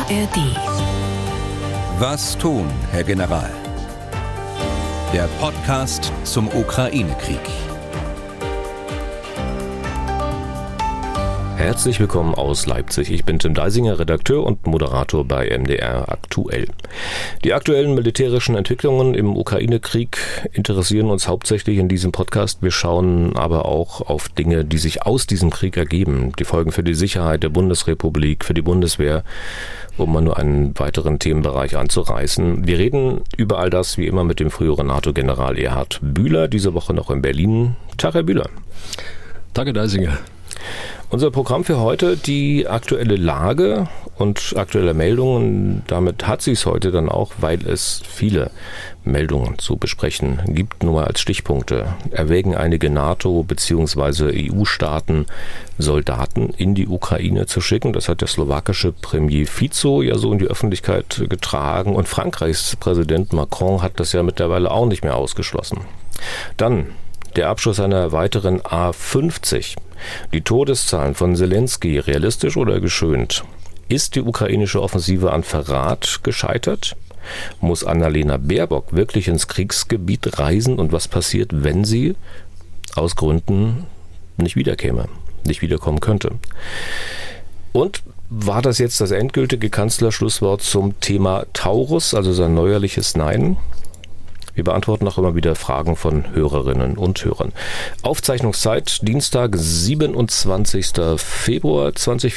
ARD. Was tun, Herr General? Der Podcast zum Ukraine-Krieg. Herzlich willkommen aus Leipzig. Ich bin Tim Deisinger, Redakteur und Moderator bei MDR Aktuell. Die aktuellen militärischen Entwicklungen im Ukraine-Krieg interessieren uns hauptsächlich in diesem Podcast. Wir schauen aber auch auf Dinge, die sich aus diesem Krieg ergeben. Die Folgen für die Sicherheit der Bundesrepublik, für die Bundeswehr, um mal nur einen weiteren Themenbereich anzureißen. Wir reden über all das wie immer mit dem früheren NATO-General Erhard Bühler, diese Woche noch in Berlin. Tag, Herr Bühler. Tag, Herr Deisinger. Unser Programm für heute, die aktuelle Lage und aktuelle Meldungen. Damit hat sie es heute dann auch, weil es viele Meldungen zu besprechen gibt. Nur mal als Stichpunkte. Erwägen einige NATO- bzw. EU-Staaten, Soldaten in die Ukraine zu schicken. Das hat der slowakische Premier Fico ja so in die Öffentlichkeit getragen. Und Frankreichs Präsident Macron hat das ja mittlerweile auch nicht mehr ausgeschlossen. Dann der Abschuss einer weiteren A-50. Die Todeszahlen von Zelensky, realistisch oder geschönt? Ist die ukrainische Offensive an Verrat gescheitert? Muss Annalena Baerbock wirklich ins Kriegsgebiet reisen? Und was passiert, wenn sie aus Gründen nicht wiederkommen könnte? Und war das jetzt das endgültige Kanzlerschlusswort zum Thema Taurus, also sein neuerliches Nein? Wir beantworten auch immer wieder Fragen von Hörerinnen und Hörern. Aufzeichnungszeit Dienstag, 27. Februar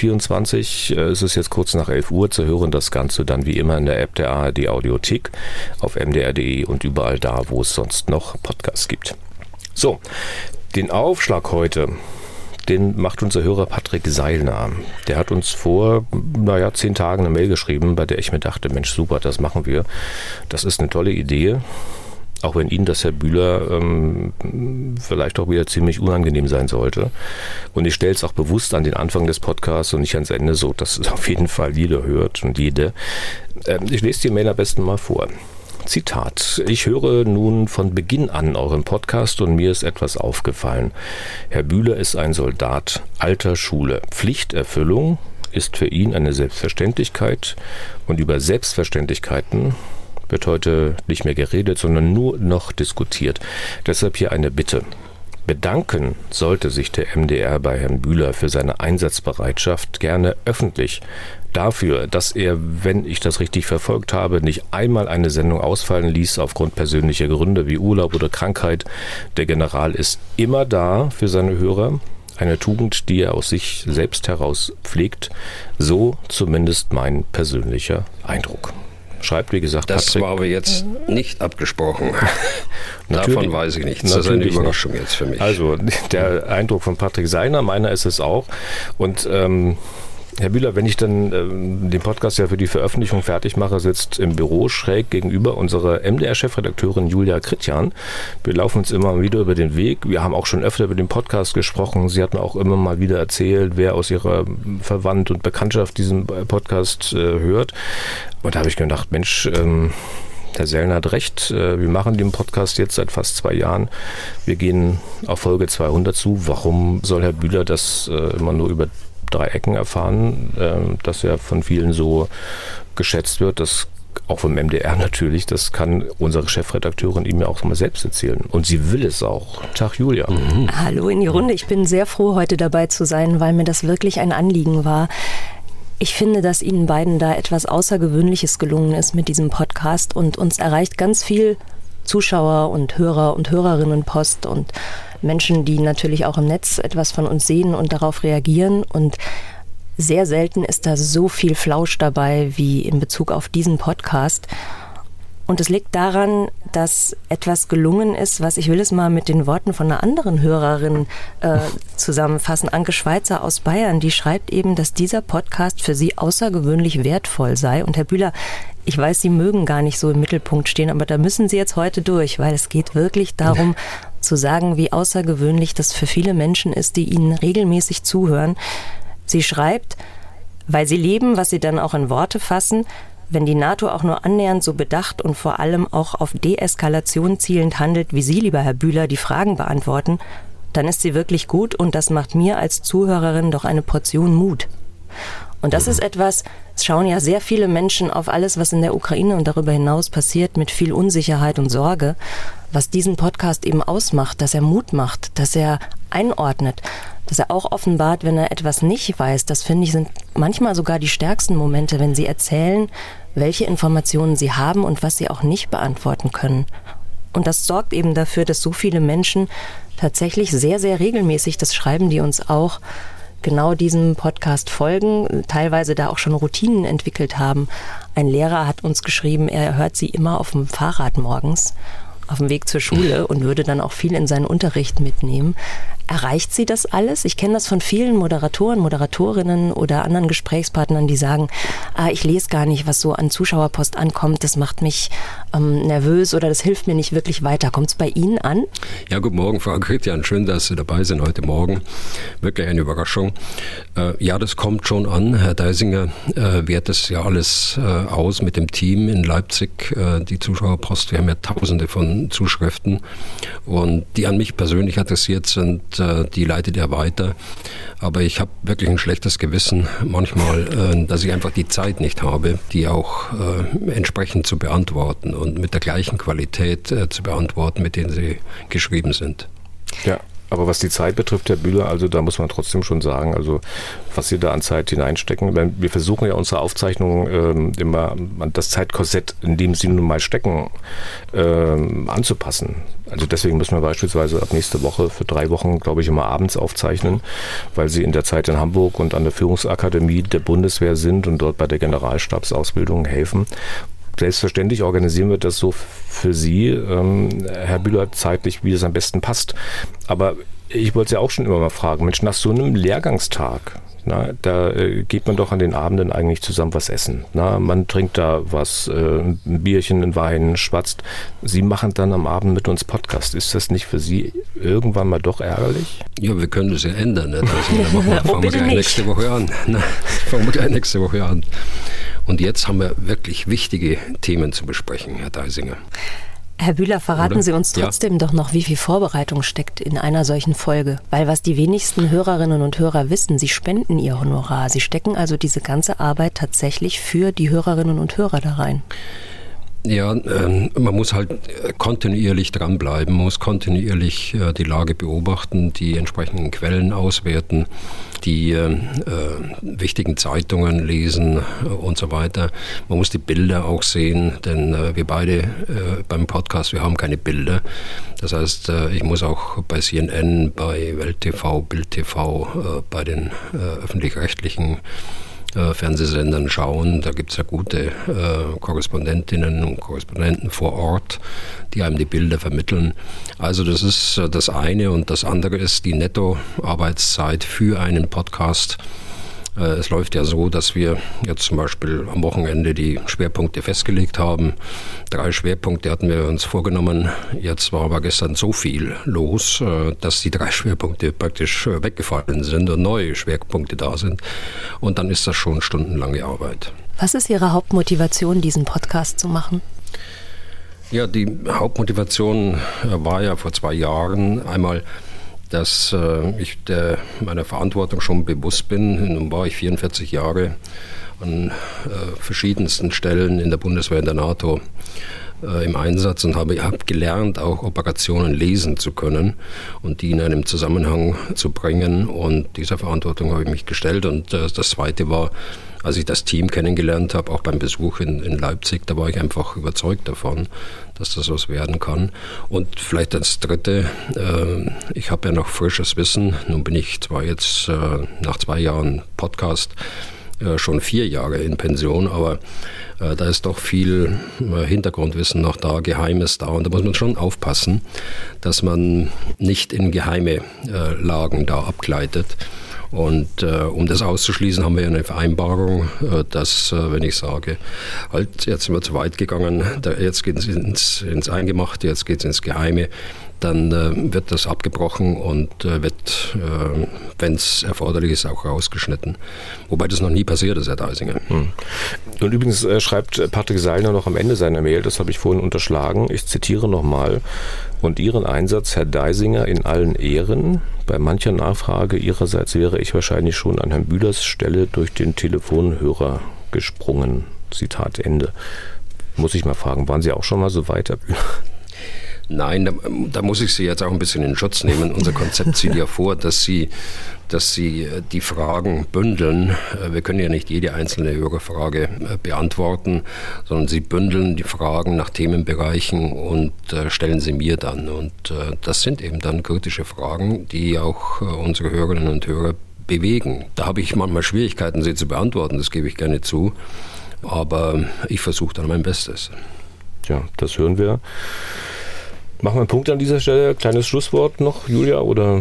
2024. Es ist jetzt kurz nach 11 Uhr zu hören. Das Ganze dann wie immer in der App der ARD Audiothek auf mdr.de und überall da, wo es sonst noch Podcasts gibt. So, den Aufschlag heute, den macht unser Hörer Patrick Seilner. Der hat uns vor 10 Tagen eine Mail geschrieben, bei der ich mir dachte, Mensch, super, das machen wir. Das ist eine tolle Idee. Auch wenn Ihnen das, Herr Bühler, vielleicht auch wieder ziemlich unangenehm sein sollte. Und ich stelle es auch bewusst an den Anfang des Podcasts und nicht ans Ende, so dass es auf jeden Fall jeder hört und jede. Ich lese die Mail am besten mal vor. Zitat: Ich höre nun von Beginn an euren Podcast und mir ist etwas aufgefallen. Herr Bühler ist ein Soldat alter Schule. Pflichterfüllung ist für ihn eine Selbstverständlichkeit und über Selbstverständlichkeiten wird heute nicht mehr geredet, sondern nur noch diskutiert. Deshalb hier eine Bitte. Bedanken sollte sich der MDR bei Herrn Bühler für seine Einsatzbereitschaft gerne öffentlich. Dafür, dass er, wenn ich das richtig verfolgt habe, nicht einmal eine Sendung ausfallen ließ aufgrund persönlicher Gründe wie Urlaub oder Krankheit. Der General ist immer da für seine Hörer. Eine Tugend, die er aus sich selbst heraus pflegt. So zumindest mein persönlicher Eindruck. Schreibt, wie gesagt, das Patrick. war aber jetzt nicht abgesprochen. Davon weiß ich nichts. Das ist eine Überraschung jetzt für mich. Also der Eindruck von Patrick Seilner, meiner ist es auch. Und Herr Bühler, wenn ich dann den Podcast ja für die Veröffentlichung fertig mache, sitzt im Büro schräg gegenüber unserer MDR-Chefredakteurin Julia Kritjan. Wir laufen uns immer wieder über den Weg. Wir haben auch schon öfter über den Podcast gesprochen. Sie hat mir auch immer mal wieder erzählt, wer aus ihrer Verwandt und Bekanntschaft diesen Podcast hört. Und da habe ich gedacht, Mensch, Herr Seilner hat recht. Wir machen den Podcast jetzt seit fast 2 Jahren. Wir gehen auf Folge 200 zu. Warum soll Herr Bühler das immer nur über 3 Ecken erfahren, dass er von vielen so geschätzt wird, das auch vom MDR natürlich, das kann unsere Chefredakteurin ihm ja auch mal selbst erzählen. Und sie will es auch. Tag, Julia. Hallo in die Runde. Ich bin sehr froh, heute dabei zu sein, weil mir das wirklich ein Anliegen war. Ich finde, dass Ihnen beiden da etwas Außergewöhnliches gelungen ist mit diesem Podcast und uns erreicht ganz viel Zuschauer und Hörer und Hörerinnenpost und Menschen, die natürlich auch im Netz etwas von uns sehen und darauf reagieren. Und sehr selten ist da so viel Flausch dabei wie in Bezug auf diesen Podcast. Und es liegt daran, dass etwas gelungen ist, was, ich will es mal mit den Worten von einer anderen Hörerin zusammenfassen, Anke Schweizer aus Bayern, die schreibt eben, dass dieser Podcast für sie außergewöhnlich wertvoll sei. Und Herr Bühler, ich weiß, Sie mögen gar nicht so im Mittelpunkt stehen, aber da müssen Sie jetzt heute durch, weil es geht wirklich darum, zu sagen, wie außergewöhnlich das für viele Menschen ist, die Ihnen regelmäßig zuhören. Sie schreibt, weil Sie leben, was Sie dann auch in Worte fassen, wenn die NATO auch nur annähernd so bedacht und vor allem auch auf Deeskalation zielend handelt, wie Sie, lieber Herr Bühler, die Fragen beantworten, dann ist sie wirklich gut und das macht mir als Zuhörerin doch eine Portion Mut. Und das ist etwas, Es schauen ja sehr viele Menschen auf alles, was in der Ukraine und darüber hinaus passiert, mit viel Unsicherheit und Sorge. Was diesen Podcast eben ausmacht, dass er Mut macht, dass er einordnet, dass er auch offenbart, wenn er etwas nicht weiß. Das, finde ich, sind manchmal sogar die stärksten Momente, wenn Sie erzählen, welche Informationen Sie haben und was Sie auch nicht beantworten können. Und das sorgt eben dafür, dass so viele Menschen tatsächlich sehr, sehr regelmäßig, das schreiben die uns auch, genau diesem Podcast folgen, teilweise da auch schon Routinen entwickelt haben. Ein Lehrer hat uns geschrieben, er hört sie immer auf dem Fahrrad morgens, auf dem Weg zur Schule und würde dann auch viel in seinen Unterricht mitnehmen. Erreicht Sie das alles? Ich kenne das von vielen Moderatoren, Moderatorinnen oder anderen Gesprächspartnern, die sagen, ich lese gar nicht, was so an Zuschauerpost ankommt, das macht mich nervös oder das hilft mir nicht wirklich weiter. Kommt es bei Ihnen an? Ja, guten Morgen, Frau Christian. Schön, dass Sie dabei sind heute Morgen. Wirklich eine Überraschung. Ja, das kommt schon an. Herr Deisinger wertet das ja alles aus mit dem Team in Leipzig, die Zuschauerpost. Wir haben ja tausende von Zuschriften und die an mich persönlich adressiert sind, die leitet er weiter. Aber ich habe wirklich ein schlechtes Gewissen manchmal, dass ich einfach die Zeit nicht habe, die auch entsprechend zu beantworten und mit der gleichen Qualität zu beantworten, mit denen sie geschrieben sind. Ja. Aber was die Zeit betrifft, Herr Bühler, also da muss man trotzdem schon sagen, also was Sie da an Zeit hineinstecken. Wir versuchen ja unsere Aufzeichnungen immer an das Zeitkorsett, in dem sie nun mal stecken, anzupassen. Also deswegen müssen wir beispielsweise ab nächste Woche für 3 Wochen, glaube ich, immer abends aufzeichnen, weil Sie in der Zeit in Hamburg und an der Führungsakademie der Bundeswehr sind und dort bei der Generalstabsausbildung helfen. Selbstverständlich organisieren wir das so für Sie, Herr Bühler, zeitlich, wie es am besten passt. Aber ich wollte Sie auch schon immer mal fragen, Mensch, nach so einem Lehrgangstag, da geht man doch an den Abenden eigentlich zusammen was essen. Man trinkt da was, ein Bierchen, einen Wein, schwatzt. Sie machen dann am Abend mit uns Podcast. Ist das nicht für Sie irgendwann mal doch ärgerlich? Ja, wir können das ja ändern. Ne? Fangen wir gleich nächste Woche an. Und jetzt haben wir wirklich wichtige Themen zu besprechen, Herr Deisinger. Herr Bühler, verraten Sie uns trotzdem doch noch, wie viel Vorbereitung steckt in einer solchen Folge. Weil was die wenigsten Hörerinnen und Hörer wissen, Sie spenden Ihr Honorar. Sie stecken also diese ganze Arbeit tatsächlich für die Hörerinnen und Hörer da rein. Ja, man muss halt kontinuierlich dranbleiben, muss kontinuierlich die Lage beobachten, die entsprechenden Quellen auswerten, die wichtigen Zeitungen lesen und so weiter. Man muss die Bilder auch sehen, denn wir beide beim Podcast, wir haben keine Bilder. Das heißt, ich muss auch bei CNN, bei Welt TV, Bild TV, bei den öffentlich-rechtlichen Fernsehsendern schauen. Da gibt es ja gute Korrespondentinnen und Korrespondenten vor Ort, die einem die Bilder vermitteln. Also das ist das eine und das andere ist die Nettoarbeitszeit für einen Podcast. Es läuft ja so, dass wir jetzt zum Beispiel am Wochenende die Schwerpunkte festgelegt haben. 3 Schwerpunkte hatten wir uns vorgenommen. Jetzt war aber gestern so viel los, dass die 3 Schwerpunkte praktisch weggefallen sind und neue Schwerpunkte da sind. Und dann ist das schon stundenlange Arbeit. Was ist Ihre Hauptmotivation, diesen Podcast zu machen? Ja, die Hauptmotivation war ja vor 2 Jahren einmal, dass ich meiner Verantwortung schon bewusst bin. Nun war ich 44 Jahre an verschiedensten Stellen in der Bundeswehr, in der NATO im Einsatz und habe gelernt, auch Operationen lesen zu können und die in einem Zusammenhang zu bringen. Und dieser Verantwortung habe ich mich gestellt. Und das Zweite war, als ich das Team kennengelernt habe, auch beim Besuch in Leipzig, da war ich einfach überzeugt davon, dass das was werden kann. Und vielleicht das Dritte, ich habe ja noch frisches Wissen. Nun bin ich zwar jetzt nach 2 Jahren Podcast schon 4 Jahre in Pension, aber da ist doch viel Hintergrundwissen noch da, Geheimes da. Und da muss man schon aufpassen, dass man nicht in geheime Lagen da abgleitet. Und um das auszuschließen, haben wir ja eine Vereinbarung, dass, wenn ich sage, halt, jetzt sind wir zu weit gegangen, jetzt geht es ins Eingemachte, jetzt geht es ins Geheime, dann wird das abgebrochen und wird, wenn es erforderlich ist, auch rausgeschnitten. Wobei das noch nie passiert ist, Herr Deisinger. Und übrigens schreibt Patrick Seilner noch am Ende seiner Mail, das habe ich vorhin unterschlagen, ich zitiere nochmal, und Ihren Einsatz, Herr Deisinger, in allen Ehren. Bei mancher Nachfrage Ihrerseits wäre ich wahrscheinlich schon an Herrn Bühlers Stelle durch den Telefonhörer gesprungen. Zitat Ende. Muss ich mal fragen, waren Sie auch schon mal so weit, Herr Bühler? Nein, da muss ich Sie jetzt auch ein bisschen in Schutz nehmen. Unser Konzept sieht ja vor, dass Sie die Fragen bündeln. Wir können ja nicht jede einzelne Hörerfrage beantworten, sondern Sie bündeln die Fragen nach Themenbereichen und stellen sie mir dann. Und das sind eben dann kritische Fragen, die auch unsere Hörerinnen und Hörer bewegen. Da habe ich manchmal Schwierigkeiten, sie zu beantworten, das gebe ich gerne zu. Aber ich versuche dann mein Bestes. Ja, das hören wir. Machen wir einen Punkt an dieser Stelle. Kleines Schlusswort noch, Julia, oder?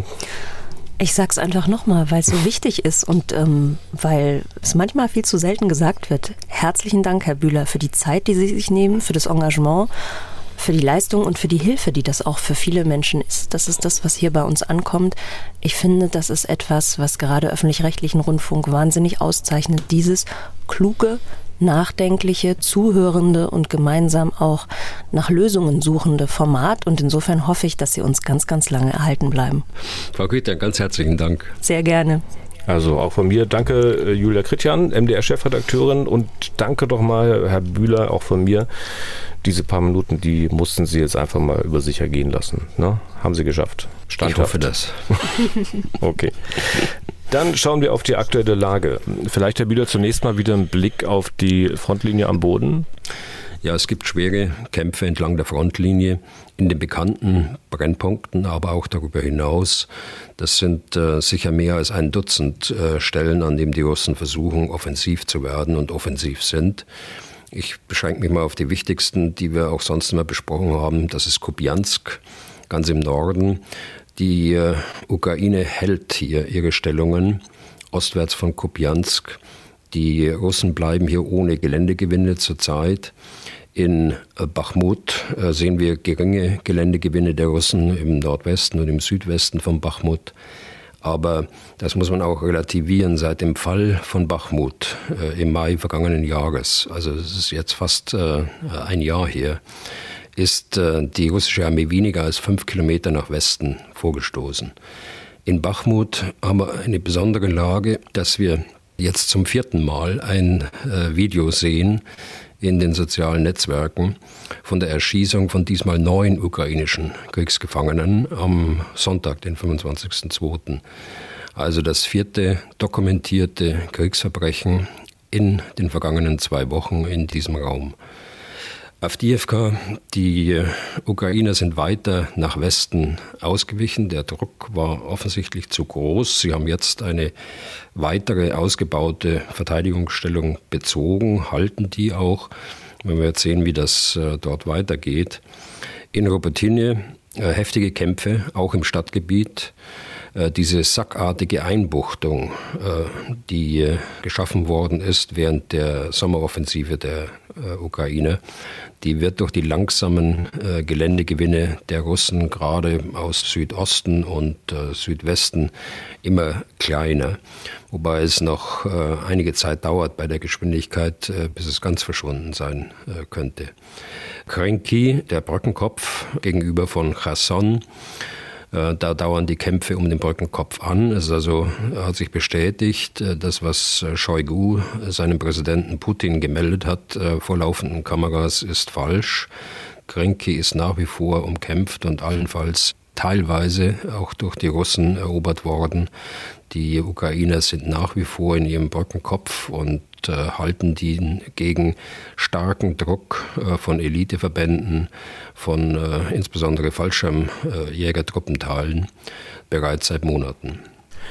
Ich sag's einfach nochmal, weil es so wichtig ist und weil es manchmal viel zu selten gesagt wird. Herzlichen Dank, Herr Bühler, für die Zeit, die Sie sich nehmen, für das Engagement, für die Leistung und für die Hilfe, die das auch für viele Menschen ist. Das ist das, was hier bei uns ankommt. Ich finde, das ist etwas, was gerade öffentlich-rechtlichen Rundfunk wahnsinnig auszeichnet. Dieses kluge, nachdenkliche, zuhörende und gemeinsam auch nach Lösungen suchende Format. Und insofern hoffe ich, dass Sie uns ganz, ganz lange erhalten bleiben. Frau Güter, ganz herzlichen Dank. Sehr gerne. Also auch von mir danke Julia Kritjan, MDR-Chefredakteurin, und danke doch mal Herr Bühler, auch von mir. Diese paar Minuten, die mussten Sie jetzt einfach mal über sich ergehen lassen. Ne? Haben Sie geschafft. Standhaft. Ich hoffe das. Okay. Dann schauen wir auf die aktuelle Lage. Vielleicht, Herr Bühler, zunächst mal wieder einen Blick auf die Frontlinie am Boden. Ja, es gibt schwere Kämpfe entlang der Frontlinie in den bekannten Brennpunkten, aber auch darüber hinaus. Das sind sicher mehr als ein Dutzend Stellen, an denen die Russen versuchen, offensiv zu werden und offensiv sind. Ich beschränke mich mal auf die wichtigsten, die wir auch sonst immer besprochen haben. Das ist Kupiansk, ganz im Norden. Die Ukraine hält hier ihre Stellungen ostwärts von Kupiansk. Die Russen bleiben hier ohne Geländegewinne zurzeit. In Bachmut sehen wir geringe Geländegewinne der Russen im Nordwesten und im Südwesten von Bachmut. Aber das muss man auch relativieren. Seit dem Fall von Bachmut im Mai vergangenen Jahres, also es ist jetzt fast ein Jahr her, ist die russische Armee weniger als 5 Kilometer nach Westen vorgestoßen. In Bachmut haben wir eine besondere Lage, dass wir jetzt zum 4. Mal ein Video sehen in den sozialen Netzwerken von der Erschießung von diesmal 9 ukrainischen Kriegsgefangenen am Sonntag, den 25.02. Also das 4. dokumentierte Kriegsverbrechen in den vergangenen 2 Wochen in diesem Raum. Awdijiwka, die Ukrainer sind weiter nach Westen ausgewichen. Der Druck war offensichtlich zu groß. Sie haben jetzt eine weitere ausgebaute Verteidigungsstellung bezogen, halten die auch. Wenn wir jetzt sehen, wie das dort weitergeht. In Robotyne heftige Kämpfe, auch im Stadtgebiet. Diese sackartige Einbuchtung, die geschaffen worden ist während der Sommeroffensive der Ukraine, die wird durch die langsamen Geländegewinne der Russen gerade aus Südosten und Südwesten immer kleiner. Wobei es noch einige Zeit dauert bei der Geschwindigkeit, bis es ganz verschwunden sein könnte. Krenki, der Brückenkopf gegenüber von Cherson, da dauern die Kämpfe um den Brückenkopf an. Es also hat sich bestätigt, das, was Shoigu seinem Präsidenten Putin gemeldet hat vor laufenden Kameras, ist falsch. Krenki ist nach wie vor umkämpft und allenfalls teilweise auch durch die Russen erobert worden. Die Ukrainer sind nach wie vor in ihrem Brückenkopf und halten den gegen starken Druck von Eliteverbänden, von insbesondere Fallschirmjägertruppenteilen bereits seit Monaten.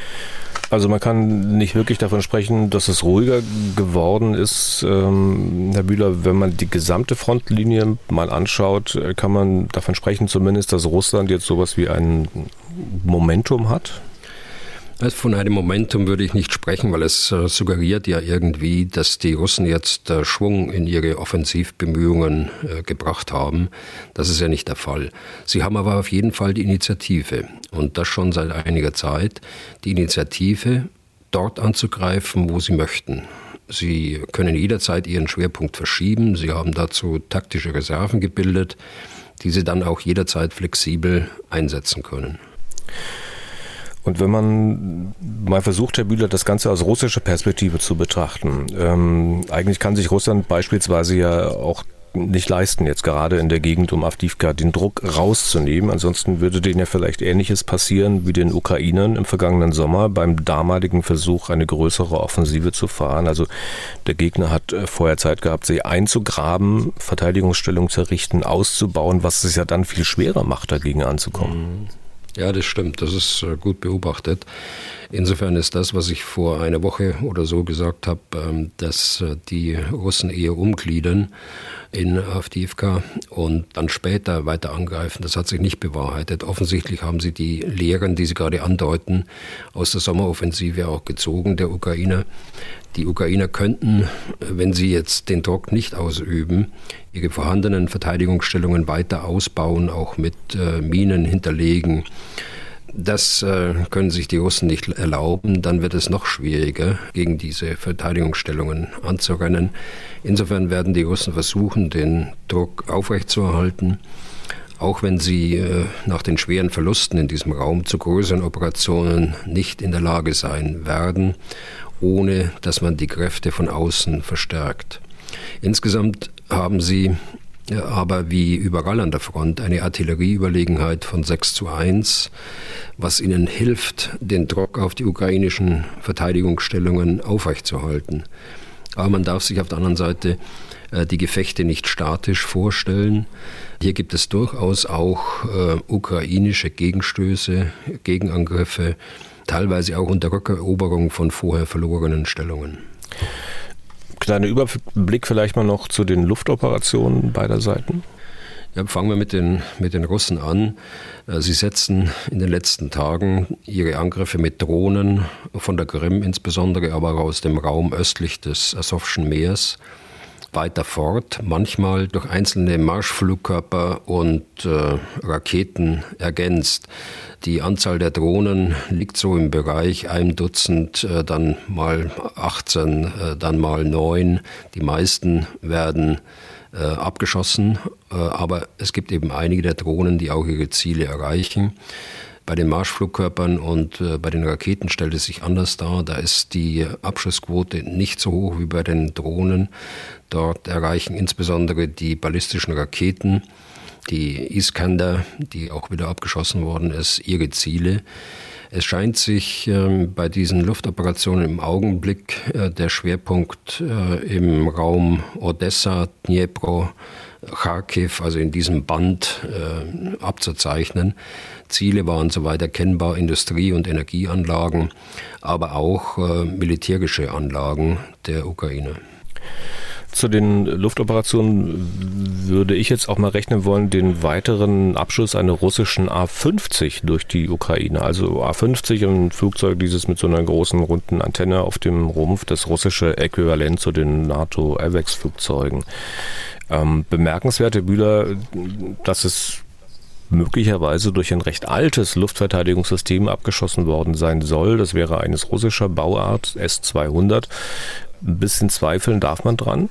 Also man kann nicht wirklich davon sprechen, dass es ruhiger geworden ist. Herr Bühler, wenn man die gesamte Frontlinie mal anschaut, kann man davon sprechen zumindest, dass Russland jetzt sowas wie ein Momentum hat? Also von einem Momentum würde ich nicht sprechen, weil es suggeriert ja irgendwie, dass die Russen jetzt Schwung in ihre Offensivbemühungen gebracht haben. Das ist ja nicht der Fall. Sie haben aber auf jeden Fall die Initiative und das schon seit einiger Zeit. Die Initiative, dort anzugreifen, wo sie möchten. Sie können jederzeit ihren Schwerpunkt verschieben. Sie haben dazu taktische Reserven gebildet, die sie dann auch jederzeit flexibel einsetzen können. Und wenn man mal versucht, Herr Bühler, das Ganze aus russischer Perspektive zu betrachten, eigentlich kann sich Russland beispielsweise ja auch nicht leisten, jetzt gerade in der Gegend um Awdijiwka den Druck rauszunehmen. Ansonsten würde denen ja vielleicht Ähnliches passieren wie den Ukrainern im vergangenen Sommer beim damaligen Versuch, eine größere Offensive zu fahren. Also der Gegner hat vorher Zeit gehabt, sie einzugraben, Verteidigungsstellungen zu errichten, auszubauen, was es ja dann viel schwerer macht, dagegen anzukommen. Ja, das stimmt. Das ist gut beobachtet. Insofern ist das, was ich vor einer Woche oder so gesagt habe, dass die Russen eher umgliedern in Awdijiwka und dann später weiter angreifen, das hat sich nicht bewahrheitet. Offensichtlich haben sie die Lehren, die Sie gerade andeuten, aus der Sommeroffensive auch gezogen, der Ukrainer. Die Ukrainer könnten, wenn sie jetzt den Druck nicht ausüben, ihre vorhandenen Verteidigungsstellungen weiter ausbauen, auch mit Minen hinterlegen. Das können sich die Russen nicht erlauben. Dann wird es noch schwieriger, gegen diese Verteidigungsstellungen anzurennen. Insofern werden die Russen versuchen, den Druck aufrechtzuerhalten, auch wenn sie nach den schweren Verlusten in diesem Raum zu größeren Operationen nicht in der Lage sein werden, ohne dass man die Kräfte von außen verstärkt. Insgesamt haben sie aber wie überall an der Front eine Artillerieüberlegenheit von 6:1, was ihnen hilft, den Druck auf die ukrainischen Verteidigungsstellungen aufrechtzuerhalten. Aber man darf sich auf der anderen Seite die Gefechte nicht statisch vorstellen. Hier gibt es durchaus auch ukrainische Gegenstöße, Gegenangriffe, teilweise auch unter Rückeroberung von vorher verlorenen Stellungen. Kleiner Überblick vielleicht mal noch zu den Luftoperationen beider Seiten. Ja, fangen wir mit den Russen an. Sie setzen in den letzten Tagen ihre Angriffe mit Drohnen von der Krim insbesondere, aber auch aus dem Raum östlich des Asowschen Meers weiter fort, manchmal durch einzelne Marschflugkörper und Raketen ergänzt. Die Anzahl der Drohnen liegt so im Bereich 1 Dutzend, dann mal 18, dann mal 9. Die meisten werden abgeschossen, aber es gibt eben einige der Drohnen, die auch ihre Ziele erreichen. Bei den Marschflugkörpern und bei den Raketen stellt es sich anders dar. Da ist die Abschussquote nicht so hoch wie bei den Drohnen. Dort erreichen insbesondere die ballistischen Raketen, die Iskander, die auch wieder abgeschossen worden ist, ihre Ziele. Es scheint sich bei diesen Luftoperationen im Augenblick der Schwerpunkt im Raum Odessa, Dnipro, Kharkiv, also in diesem Band abzuzeichnen. Ziele waren soweit erkennbar Industrie- und Energieanlagen, aber auch militärische Anlagen der Ukraine. Zu den Luftoperationen würde ich jetzt auch mal rechnen wollen, den weiteren Abschuss einer russischen A-50 durch die Ukraine. Also A-50, ein Flugzeug, dieses mit so einer großen runden Antenne auf dem Rumpf, das russische Äquivalent zu den NATO-AWACS-Flugzeugen. Bemerkenswert, Herr Bühler, dass es möglicherweise durch ein recht altes Luftverteidigungssystem abgeschossen worden sein soll. Das wäre eines russischer Bauart, S-200. Ein bisschen zweifeln darf man dran?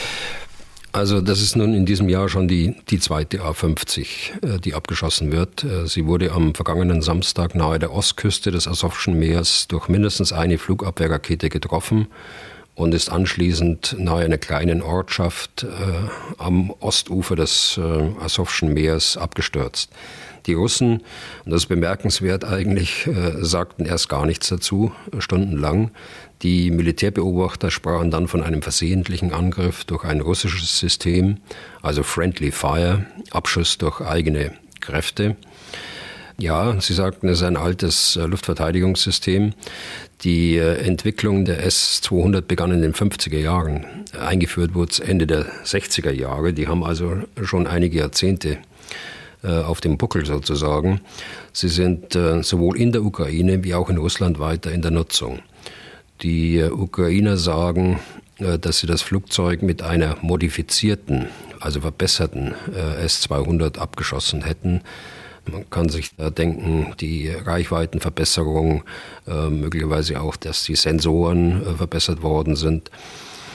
Also das ist nun in diesem Jahr schon die zweite A-50, die abgeschossen wird. Sie wurde am vergangenen Samstag nahe der Ostküste des Asowschen Meers durch mindestens eine Flugabwehrrakete getroffen und ist anschließend nahe einer kleinen Ortschaft am Ostufer des Asowschen Meers abgestürzt. Die Russen, und das ist bemerkenswert eigentlich, sagten erst gar nichts dazu, stundenlang. Die Militärbeobachter sprachen dann von einem versehentlichen Angriff durch ein russisches System, also Friendly Fire, Abschuss durch eigene Kräfte. Ja, sie sagten, es ist ein altes Luftverteidigungssystem. Die Entwicklung der S-200 begann in den 50er Jahren. Eingeführt wurde es Ende der 60er Jahre. Die haben also schon einige Jahrzehnte auf dem Buckel sozusagen. Sie sind sowohl in der Ukraine wie auch in Russland weiter in der Nutzung. Die Ukrainer sagen, dass sie das Flugzeug mit einer modifizierten, also verbesserten S-200 abgeschossen hätten. Man kann sich da denken, die Reichweitenverbesserung, möglicherweise auch, dass die Sensoren verbessert worden sind.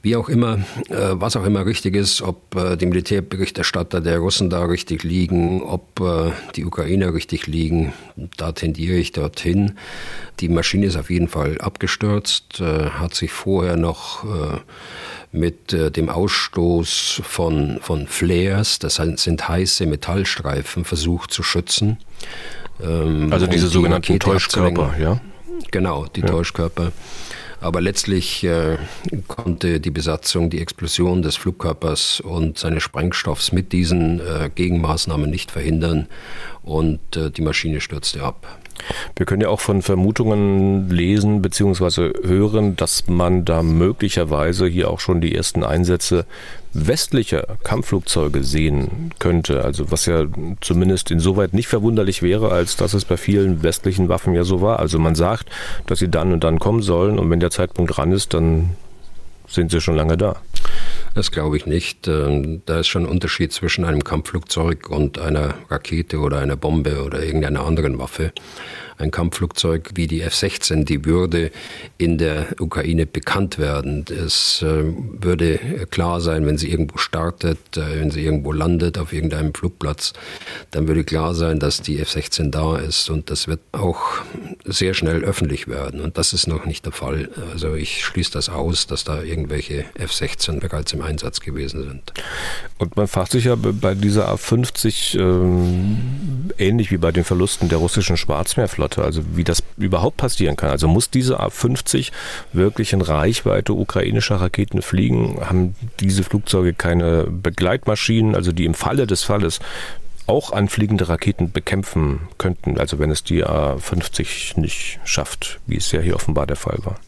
Wie auch immer, was auch immer richtig ist, ob die Militärberichterstatter der Russen da richtig liegen, ob die Ukrainer richtig liegen, da tendiere ich dorthin. Die Maschine ist auf jeden Fall abgestürzt, hat sich vorher noch mit dem Ausstoß von Flares, das sind heiße Metallstreifen, versucht zu schützen. Also diese sogenannten Täuschkörper, ja? Genau, die Täuschkörper. Aber letztlich konnte die Besatzung die Explosion des Flugkörpers und seines Sprengstoffs mit diesen Gegenmaßnahmen nicht verhindern und die Maschine stürzte ab. Wir können ja auch von Vermutungen lesen bzw. hören, dass man da möglicherweise hier auch schon die ersten Einsätze westlicher Kampfflugzeuge sehen könnte. Also was ja zumindest insoweit nicht verwunderlich wäre, als dass es bei vielen westlichen Waffen ja so war. Also man sagt, dass sie dann und dann kommen sollen und wenn der Zeitpunkt dran ist, dann sind sie schon lange da. Das glaube ich nicht. Da ist schon ein Unterschied zwischen einem Kampfflugzeug und einer Rakete oder einer Bombe oder irgendeiner anderen Waffe. Ein Kampfflugzeug wie die F-16, die würde in der Ukraine bekannt werden. Es würde klar sein, wenn sie irgendwo startet, wenn sie irgendwo landet auf irgendeinem Flugplatz, dann würde klar sein, dass die F-16 da ist und das wird auch sehr schnell öffentlich werden und das ist noch nicht der Fall. Also ich schließe das aus, dass da irgendwelche F-16 bereits im Einsatz gewesen sind. Und man fragt sich ja bei dieser A-50 ähnlich wie bei den Verlusten der russischen Schwarzmeerflotte, also wie das überhaupt passieren kann. Also muss diese A-50 wirklich in Reichweite ukrainischer Raketen fliegen? Haben diese Flugzeuge keine Begleitmaschinen, also die im Falle des Falles auch anfliegende Raketen bekämpfen könnten, also wenn es die A-50 nicht schafft, wie es ja hier offenbar der Fall war?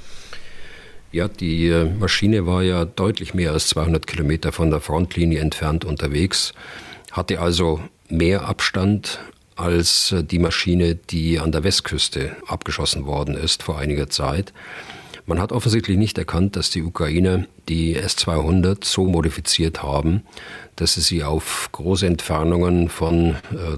Ja, die Maschine war ja deutlich mehr als 200 Kilometer von der Frontlinie entfernt unterwegs, hatte also mehr Abstand als die Maschine, die an der Westküste abgeschossen worden ist vor einiger Zeit. Man hat offensichtlich nicht erkannt, dass die Ukrainer die S-200 so modifiziert haben, dass sie auf große Entfernungen von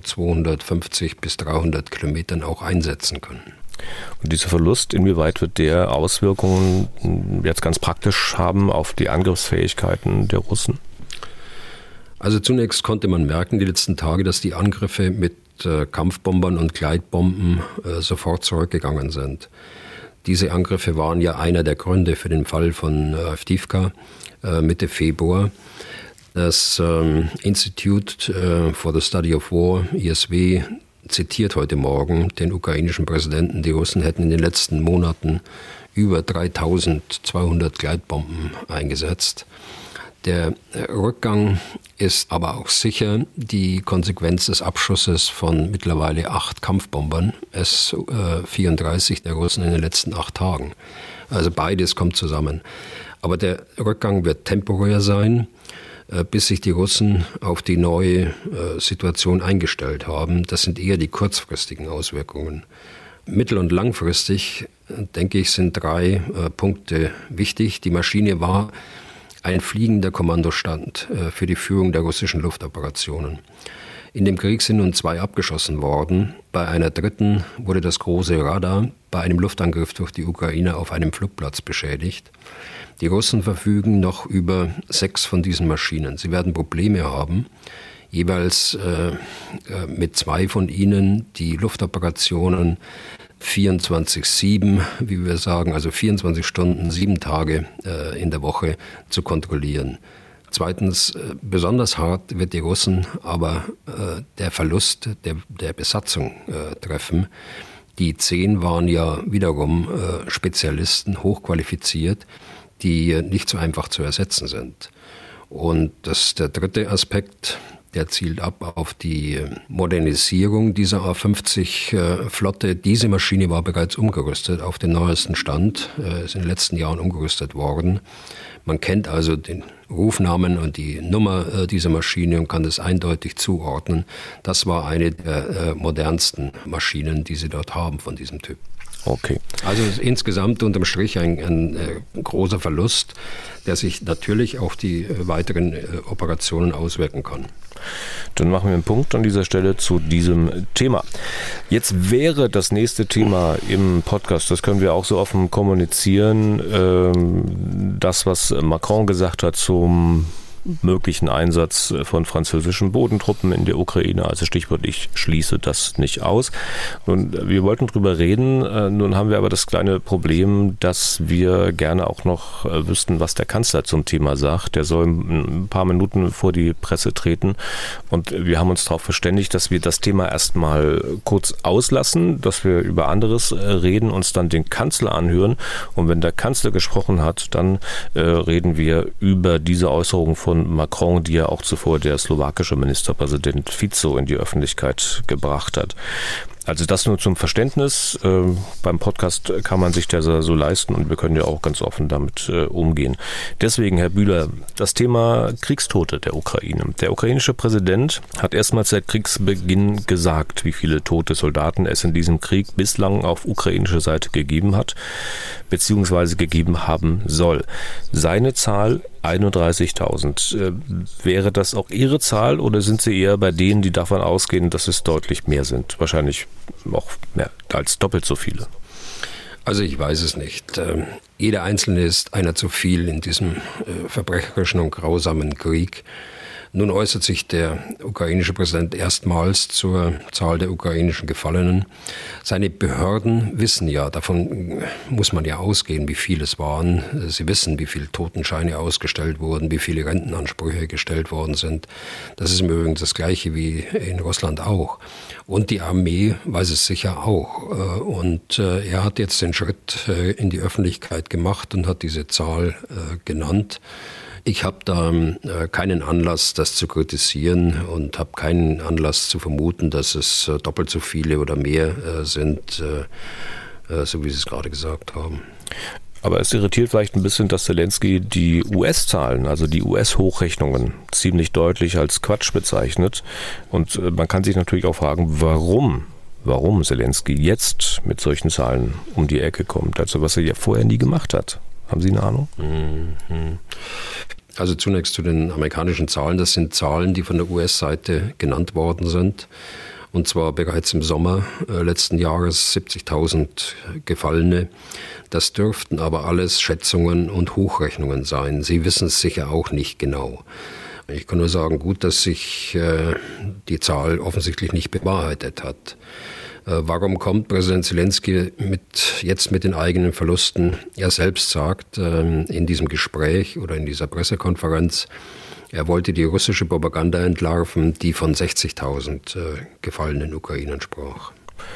250 bis 300 Kilometern auch einsetzen können. Und dieser Verlust, inwieweit wird der Auswirkungen jetzt ganz praktisch haben auf die Angriffsfähigkeiten der Russen? Also zunächst konnte man merken die letzten Tage, dass die Angriffe mit Kampfbombern und Gleitbomben sofort zurückgegangen sind. Diese Angriffe waren ja einer der Gründe für den Fall von Avdiivka Mitte Februar. Das Institute for the Study of War, ISW, zitiert heute Morgen den ukrainischen Präsidenten, die Russen hätten in den letzten Monaten über 3200 Gleitbomben eingesetzt. Der Rückgang ist aber auch sicher die Konsequenz des Abschusses von mittlerweile 8 Kampfbombern, S-34 der Russen in den letzten 8 Tagen. Also beides kommt zusammen. Aber der Rückgang wird temporär sein, bis sich die Russen auf die neue Situation eingestellt haben. Das sind eher die kurzfristigen Auswirkungen. Mittel- und langfristig, denke ich, sind 3 Punkte wichtig. Die Maschine war ein fliegender Kommandostand für die Führung der russischen Luftoperationen. In dem Krieg sind nun 2 abgeschossen worden. Bei einer 3. wurde das große Radar bei einem Luftangriff durch die Ukraine auf einem Flugplatz beschädigt. Die Russen verfügen noch über 6 von diesen Maschinen. Sie werden Probleme haben, jeweils mit 2 von ihnen die Luftoperationen 24/7, wie wir sagen, also 24 Stunden, 7 Tage in der Woche zu kontrollieren. Zweitens, besonders hart wird die Russen aber der Verlust der Besatzung treffen. Die 10 waren ja wiederum Spezialisten, hochqualifiziert, die nicht so einfach zu ersetzen sind. Und das ist der 3. Aspekt, der zielt ab auf die Modernisierung dieser A-50-Flotte. Diese Maschine war bereits umgerüstet auf den neuesten Stand, ist in den letzten Jahren umgerüstet worden. Man kennt also den Rufnamen und die Nummer dieser Maschine und kann das eindeutig zuordnen. Das war eine der modernsten Maschinen, die sie dort haben von diesem Typ. Okay. Also insgesamt unterm Strich ein großer Verlust, der sich natürlich auf die weiteren Operationen auswirken kann. Dann machen wir einen Punkt an dieser Stelle zu diesem Thema. Jetzt wäre das nächste Thema im Podcast, das können wir auch so offen kommunizieren, das, was Macron gesagt hat zum möglichen Einsatz von französischen Bodentruppen in der Ukraine. Also Stichwort, ich schließe das nicht aus. Und wir wollten drüber reden. Nun haben wir aber das kleine Problem, dass wir gerne auch noch wüssten, was der Kanzler zum Thema sagt. Der soll ein paar Minuten vor die Presse treten. Und wir haben uns darauf verständigt, dass wir das Thema erstmal kurz auslassen, dass wir über anderes reden, uns dann den Kanzler anhören. Und wenn der Kanzler gesprochen hat, dann reden wir über diese Äußerung von Macron, die ja auch zuvor der slowakische Ministerpräsident Fico in die Öffentlichkeit gebracht hat. Also das nur zum Verständnis. Beim Podcast kann man sich das so leisten und wir können ja auch ganz offen damit umgehen. Deswegen, Herr Bühler, das Thema Kriegstote der Ukraine. Der ukrainische Präsident hat erstmals seit Kriegsbeginn gesagt, wie viele tote Soldaten es in diesem Krieg bislang auf ukrainischer Seite gegeben hat, beziehungsweise gegeben haben soll. Seine Zahl 31.000. Wäre das auch Ihre Zahl oder sind Sie eher bei denen, die davon ausgehen, dass es deutlich mehr sind? Wahrscheinlich auch mehr als doppelt so viele. Also ich weiß es nicht. Jeder Einzelne ist einer zu viel in diesem verbrecherischen und grausamen Krieg. Nun äußert sich der ukrainische Präsident erstmals zur Zahl der ukrainischen Gefallenen. Seine Behörden wissen ja, davon muss man ja ausgehen, wie viele es waren. Sie wissen, wie viele Totenscheine ausgestellt wurden, wie viele Rentenansprüche gestellt worden sind. Das ist im Übrigen das Gleiche wie in Russland auch. Und die Armee weiß es sicher auch. Und er hat jetzt den Schritt in die Öffentlichkeit gemacht und hat diese Zahl genannt. Ich habe da keinen Anlass, das zu kritisieren und habe keinen Anlass zu vermuten, dass es doppelt so viele oder mehr sind, so wie Sie es gerade gesagt haben. Aber es irritiert vielleicht ein bisschen, dass Zelensky die US-Zahlen, also die US-Hochrechnungen, ziemlich deutlich als Quatsch bezeichnet. Und man kann sich natürlich auch fragen, warum Zelensky jetzt mit solchen Zahlen um die Ecke kommt, also was er ja vorher nie gemacht hat. Haben Sie eine Ahnung? Also zunächst zu den amerikanischen Zahlen. Das sind Zahlen, die von der US-Seite genannt worden sind. Und zwar bereits im Sommer letzten Jahres 70.000 Gefallene. Das dürften aber alles Schätzungen und Hochrechnungen sein. Sie wissen es sicher auch nicht genau. Ich kann nur sagen, gut, dass sich die Zahl offensichtlich nicht bewahrheitet hat. Warum kommt Präsident Zelensky jetzt mit den eigenen Verlusten? Er selbst sagt in diesem Gespräch oder in dieser Pressekonferenz, er wollte die russische Propaganda entlarven, die von 60.000 gefallenen Ukrainern sprach.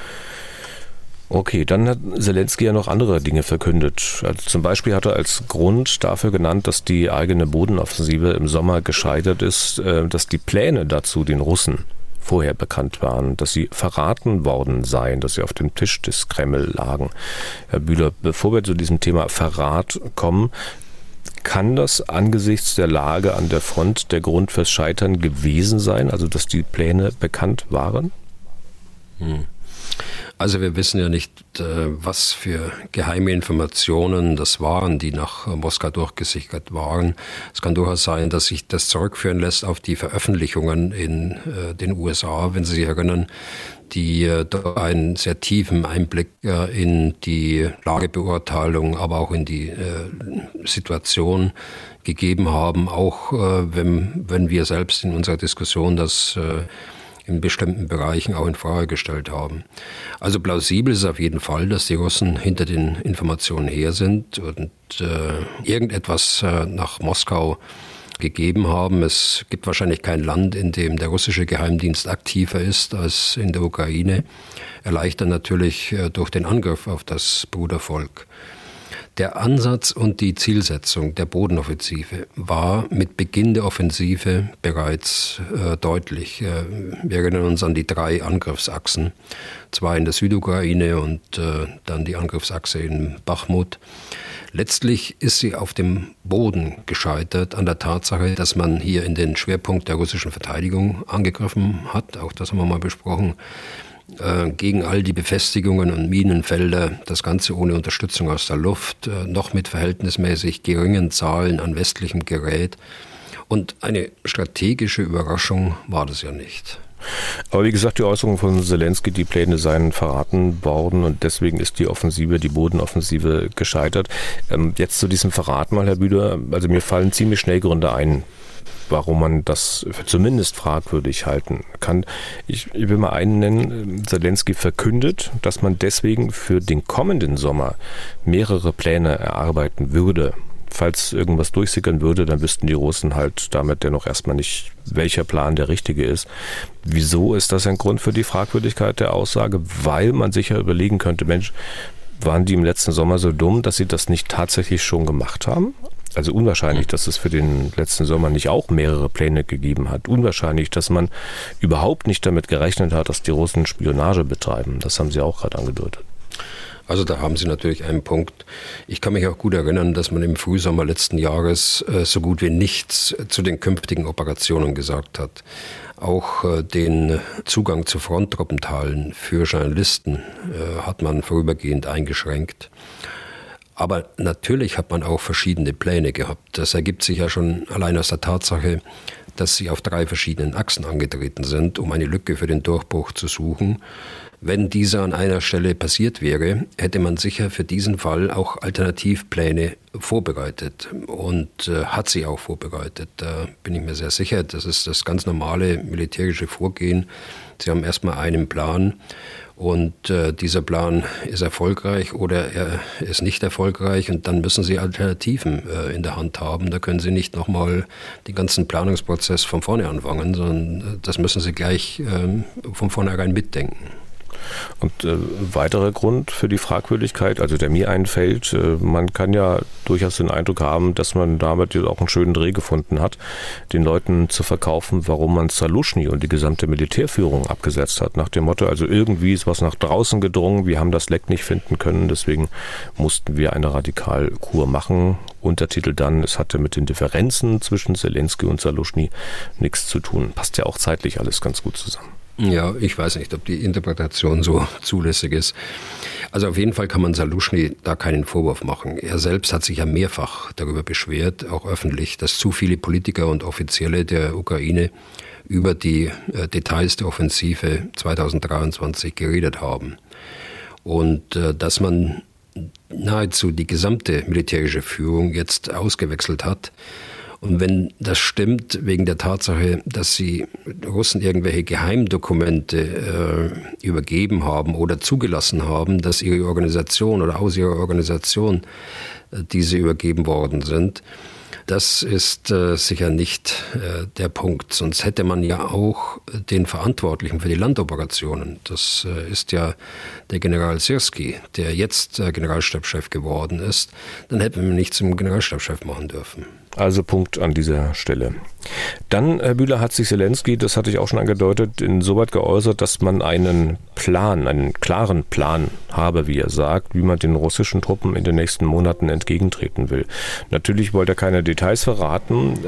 Okay, dann hat Zelensky ja noch andere Dinge verkündet. Also zum Beispiel hat er als Grund dafür genannt, dass die eigene Bodenoffensive im Sommer gescheitert ist, dass die Pläne dazu den Russen vorher bekannt waren, dass sie verraten worden seien, dass sie auf dem Tisch des Kreml lagen. Herr Bühler, bevor wir zu diesem Thema Verrat kommen, kann das angesichts der Lage an der Front der Grund fürs Scheitern gewesen sein, also dass die Pläne bekannt waren? Also wir wissen ja nicht, was für geheime Informationen das waren, die nach Moskau durchgesickert waren. Es kann durchaus sein, dass sich das zurückführen lässt auf die Veröffentlichungen in den USA, wenn Sie sich erinnern, die da einen sehr tiefen Einblick in die Lagebeurteilung, aber auch in die Situation gegeben haben, auch wenn wir selbst in unserer Diskussion das in bestimmten Bereichen auch in Frage gestellt haben. Also plausibel ist auf jeden Fall, dass die Russen hinter den Informationen her sind und irgendetwas nach Moskau gegeben haben. Es gibt wahrscheinlich kein Land, in dem der russische Geheimdienst aktiver ist als in der Ukraine. Erleichtert natürlich durch den Angriff auf das Brudervolk. Der Ansatz und die Zielsetzung der Bodenoffensive war mit Beginn der Offensive bereits deutlich. Wir erinnern uns an die 3 Angriffsachsen, 2 in der Südukraine und dann die Angriffsachse in Bachmut. Letztlich ist sie auf dem Boden gescheitert, an der Tatsache, dass man hier in den Schwerpunkt der russischen Verteidigung angegriffen hat. Auch das haben wir mal besprochen. gegen all die Befestigungen und Minenfelder, das Ganze ohne Unterstützung aus der Luft, noch mit verhältnismäßig geringen Zahlen an westlichem Gerät. Und eine strategische Überraschung war das ja nicht. Aber wie gesagt, die Äußerung von Zelensky, die Pläne seien verraten worden und deswegen ist die Bodenoffensive gescheitert. Jetzt zu diesem Verrat mal, Herr Bühler, also mir fallen ziemlich schnell Gründe ein, warum man das für zumindest fragwürdig halten kann. Ich will mal einen nennen. Zelensky verkündet, dass man deswegen für den kommenden Sommer mehrere Pläne erarbeiten würde. Falls irgendwas durchsickern würde, dann wüssten die Russen halt damit dennoch erstmal nicht, welcher Plan der richtige ist. Wieso ist das ein Grund für die Fragwürdigkeit der Aussage? Weil man sich ja überlegen könnte, Mensch, waren die im letzten Sommer so dumm, dass sie das nicht tatsächlich schon gemacht haben? Also unwahrscheinlich, dass es für den letzten Sommer nicht auch mehrere Pläne gegeben hat. Unwahrscheinlich, dass man überhaupt nicht damit gerechnet hat, dass die Russen Spionage betreiben. Das haben Sie auch gerade angedeutet. Also da haben Sie natürlich einen Punkt. Ich kann mich auch gut erinnern, dass man im Frühsommer letzten Jahres so gut wie nichts zu den künftigen Operationen gesagt hat. Auch den Zugang zu Fronttruppentallen für Journalisten hat man vorübergehend eingeschränkt. Aber natürlich hat man auch verschiedene Pläne gehabt. Das ergibt sich ja schon allein aus der Tatsache, dass sie auf 3 verschiedenen Achsen angetreten sind, um eine Lücke für den Durchbruch zu suchen. Wenn dieser an einer Stelle passiert wäre, hätte man sicher für diesen Fall auch Alternativpläne vorbereitet und hat sie auch vorbereitet. Da bin ich mir sehr sicher, das ist das ganz normale militärische Vorgehen. Sie haben erstmal einen Plan und dieser Plan ist erfolgreich oder er ist nicht erfolgreich und dann müssen Sie Alternativen in der Hand haben. Da können Sie nicht nochmal den ganzen Planungsprozess von vorne anfangen, sondern das müssen Sie gleich von vornherein mitdenken. Und weiterer Grund für die Fragwürdigkeit, also der mir einfällt, man kann ja durchaus den Eindruck haben, dass man damit auch einen schönen Dreh gefunden hat, den Leuten zu verkaufen, warum man Zaluschny und die gesamte Militärführung abgesetzt hat. Nach dem Motto, also irgendwie ist was nach draußen gedrungen, wir haben das Leck nicht finden können, deswegen mussten wir eine Radikalkur machen. Untertitel dann, es hatte mit den Differenzen zwischen Zelensky und Zaluschny nichts zu tun. Passt ja auch zeitlich alles ganz gut zusammen. Ja, ich weiß nicht, ob die Interpretation so zulässig ist. Also auf jeden Fall kann man Zaluschny da keinen Vorwurf machen. Er selbst hat sich ja mehrfach darüber beschwert, auch öffentlich, dass zu viele Politiker und Offizielle der Ukraine über die Details der Offensive 2023 geredet haben. Und dass man nahezu die gesamte militärische Führung jetzt ausgewechselt hat. Und wenn das stimmt, wegen der Tatsache, dass die Russen irgendwelche Geheimdokumente übergeben haben oder zugelassen haben, dass ihre Organisation oder aus ihrer Organisation diese übergeben worden sind, das ist sicher nicht der Punkt. Sonst hätte man ja auch den Verantwortlichen für die Landoperationen, das ist ja der General Syrski, der jetzt Generalstabschef geworden ist, dann hätte man ihn nicht zum Generalstabschef machen dürfen. Also Punkt an dieser Stelle. Dann, Herr Bühler, hat sich Zelensky, das hatte ich auch schon angedeutet, insoweit geäußert, dass man einen klaren Plan habe, wie er sagt, wie man den russischen Truppen in den nächsten Monaten entgegentreten will. Natürlich wollte er keine Details verraten.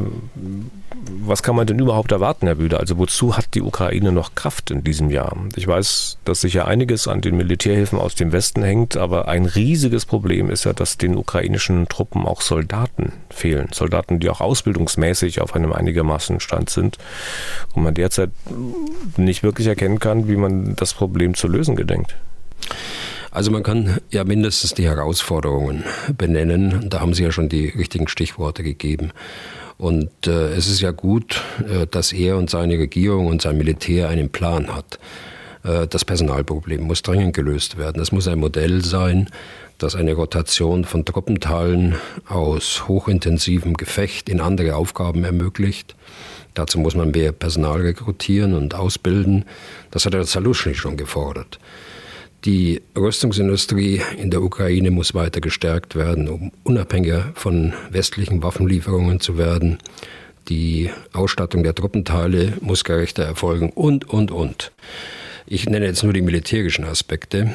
Was kann man denn überhaupt erwarten, Herr Bühler? Also wozu hat die Ukraine noch Kraft in diesem Jahr? Ich weiß, dass sicher einiges an den Militärhilfen aus dem Westen hängt, aber ein riesiges Problem ist ja, dass den ukrainischen Truppen auch Soldaten fehlen. Soldaten, die auch ausbildungsmäßig auf einem einigermaßen Stand sind und man derzeit nicht wirklich erkennen kann, wie man das Problem zu lösen gedenkt. Also man kann ja mindestens die Herausforderungen benennen. Da haben Sie ja schon die richtigen Stichworte gegeben. Und es ist ja gut, dass er und seine Regierung und sein Militär einen Plan hat. Das Personalproblem muss dringend gelöst werden. Es muss ein Modell sein, das eine Rotation von Truppenteilen aus hochintensivem Gefecht in andere Aufgaben ermöglicht. Dazu muss man mehr Personal rekrutieren und ausbilden. Das hat der Zaluschny schon gefordert. Die Rüstungsindustrie in der Ukraine muss weiter gestärkt werden, um unabhängiger von westlichen Waffenlieferungen zu werden. Die Ausstattung der Truppenteile muss gerechter erfolgen und. Ich nenne jetzt nur die militärischen Aspekte.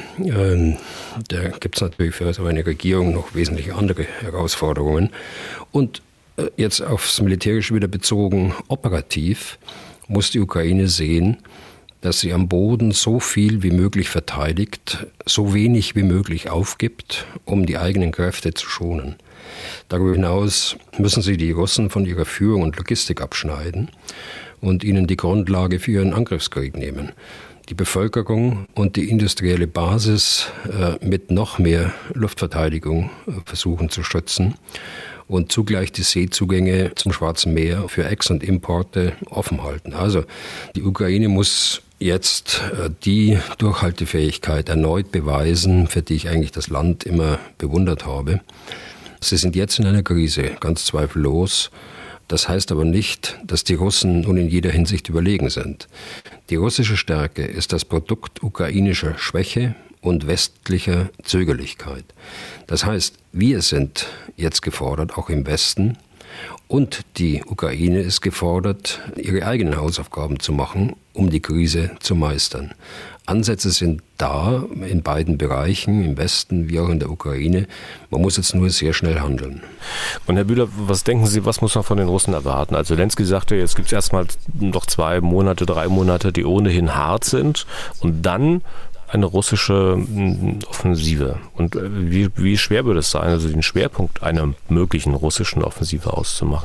Da gibt es natürlich für so eine Regierung noch wesentlich andere Herausforderungen. Und jetzt aufs Militärische wieder bezogen, operativ muss die Ukraine sehen, dass sie am Boden so viel wie möglich verteidigt, so wenig wie möglich aufgibt, um die eigenen Kräfte zu schonen. Darüber hinaus müssen sie die Russen von ihrer Führung und Logistik abschneiden und ihnen die Grundlage für ihren Angriffskrieg nehmen. Die Bevölkerung und die industrielle Basis mit noch mehr Luftverteidigung versuchen zu schützen und zugleich die Seezugänge zum Schwarzen Meer für Ex- und Importe offen halten. Also die Ukraine muss jetzt die Durchhaltefähigkeit erneut beweisen, für die ich eigentlich das Land immer bewundert habe. Sie sind jetzt in einer Krise, ganz zweifellos. Das heißt aber nicht, dass die Russen nun in jeder Hinsicht überlegen sind. Die russische Stärke ist das Produkt ukrainischer Schwäche und westlicher Zögerlichkeit. Das heißt, wir sind jetzt gefordert, auch im Westen, und die Ukraine ist gefordert, ihre eigenen Hausaufgaben zu machen, um die Krise zu meistern. Ansätze sind da in beiden Bereichen, im Westen wie auch in der Ukraine. Man muss jetzt nur sehr schnell handeln. Und Herr Bühler, was denken Sie, was muss man von den Russen erwarten? Also Zelensky sagte, jetzt gibt es erstmal noch 2 Monate, 3 Monate, die ohnehin hart sind und dann eine russische Offensive. Und wie schwer würde es sein, also den Schwerpunkt einer möglichen russischen Offensive auszumachen?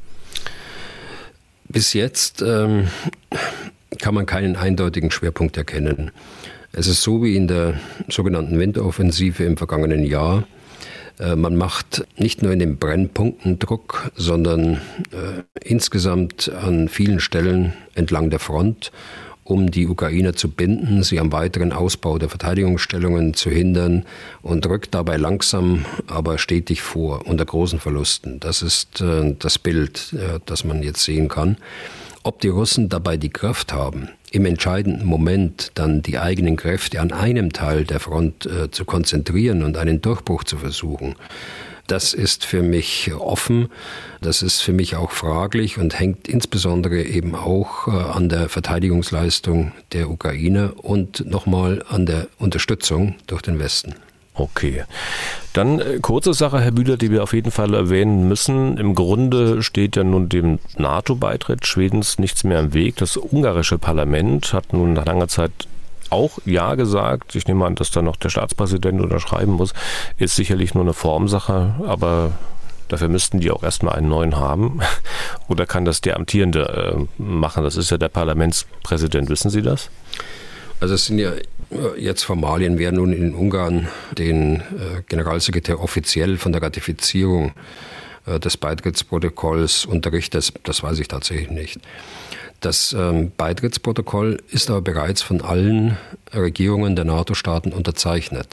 Bis jetzt kann man keinen eindeutigen Schwerpunkt erkennen. Es ist so wie in der sogenannten Winteroffensive im vergangenen Jahr. Man macht nicht nur in den Brennpunkten Druck, sondern insgesamt an vielen Stellen entlang der Front, um die Ukrainer zu binden, sie am weiteren Ausbau der Verteidigungsstellungen zu hindern und rückt dabei langsam, aber stetig vor, unter großen Verlusten. Das ist das Bild, das man jetzt sehen kann. Ob die Russen dabei die Kraft haben, im entscheidenden Moment dann die eigenen Kräfte an einem Teil der Front zu konzentrieren und einen Durchbruch zu versuchen, das ist für mich offen, das ist für mich auch fraglich und hängt insbesondere eben auch an der Verteidigungsleistung der Ukrainer und nochmal an der Unterstützung durch den Westen. Okay. Dann kurze Sache, Herr Bühler, die wir auf jeden Fall erwähnen müssen. Im Grunde steht ja nun dem NATO-Beitritt Schwedens nichts mehr im Weg. Das ungarische Parlament hat nun nach langer Zeit auch Ja gesagt. Ich nehme an, dass da noch der Staatspräsident unterschreiben muss. Ist sicherlich nur eine Formsache, aber dafür müssten die auch erstmal einen neuen haben. Oder kann das der Amtierende machen? Das ist ja der Parlamentspräsident. Wissen Sie das? Also es sind ja jetzt Formalien, wer nun in Ungarn den Generalsekretär offiziell von der Ratifizierung des Beitrittsprotokolls unterrichtet, das weiß ich tatsächlich nicht. Das Beitrittsprotokoll ist aber bereits von allen Regierungen der NATO-Staaten unterzeichnet.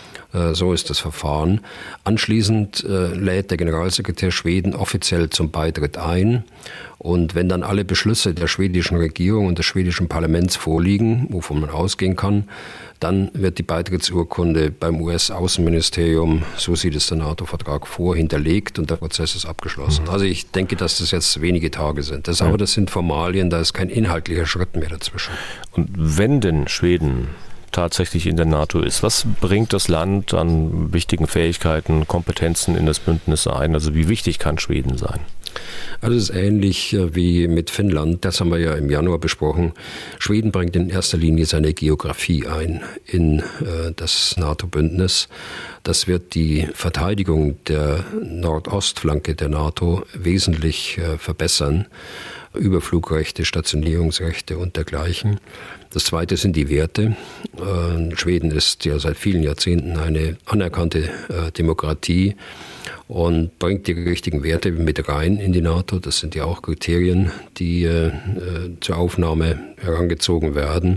So ist das Verfahren. Anschließend lädt der Generalsekretär Schweden offiziell zum Beitritt ein. Und wenn dann alle Beschlüsse der schwedischen Regierung und des schwedischen Parlaments vorliegen, wovon man ausgehen kann, dann wird die Beitrittsurkunde beim US-Außenministerium, so sieht es der NATO-Vertrag vor, hinterlegt und der Prozess ist abgeschlossen. Also ich denke, dass das jetzt wenige Tage sind. Aber das sind Formalien, da ist kein inhaltlicher Schritt mehr dazwischen. Und wenn denn Schweden tatsächlich in der NATO ist, was bringt das Land an wichtigen Fähigkeiten, Kompetenzen in das Bündnis ein? Also wie wichtig kann Schweden sein? Also es ist ähnlich wie mit Finnland, das haben wir ja im Januar besprochen. Schweden bringt in erster Linie seine Geografie ein in das NATO-Bündnis. Das wird die Verteidigung der Nordostflanke der NATO wesentlich verbessern. Überflugrechte, Stationierungsrechte und dergleichen. Das Zweite sind die Werte. Schweden ist ja seit vielen Jahrzehnten eine anerkannte Demokratie und bringt die richtigen Werte mit rein in die NATO. Das sind ja auch Kriterien, die zur Aufnahme herangezogen werden.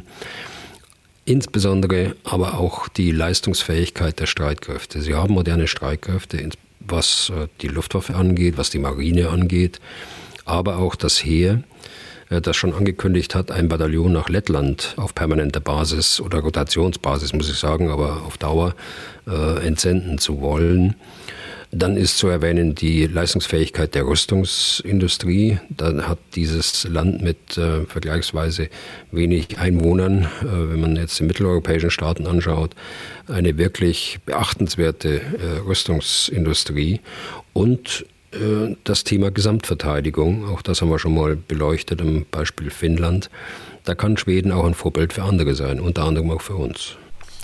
Insbesondere aber auch die Leistungsfähigkeit der Streitkräfte. Sie haben moderne Streitkräfte, was die Luftwaffe angeht, was die Marine angeht, aber auch das Heer, das schon angekündigt hat, ein Bataillon nach Lettland auf permanenter Basis oder Rotationsbasis, muss ich sagen, aber auf Dauer entsenden zu wollen. Dann ist zu erwähnen die Leistungsfähigkeit der Rüstungsindustrie. Da hat dieses Land mit vergleichsweise wenig Einwohnern, wenn man jetzt die mitteleuropäischen Staaten anschaut, eine wirklich beachtenswerte Rüstungsindustrie. Und das Thema Gesamtverteidigung. Auch das haben wir schon mal beleuchtet im Beispiel Finnland. Da kann Schweden auch ein Vorbild für andere sein, unter anderem auch für uns.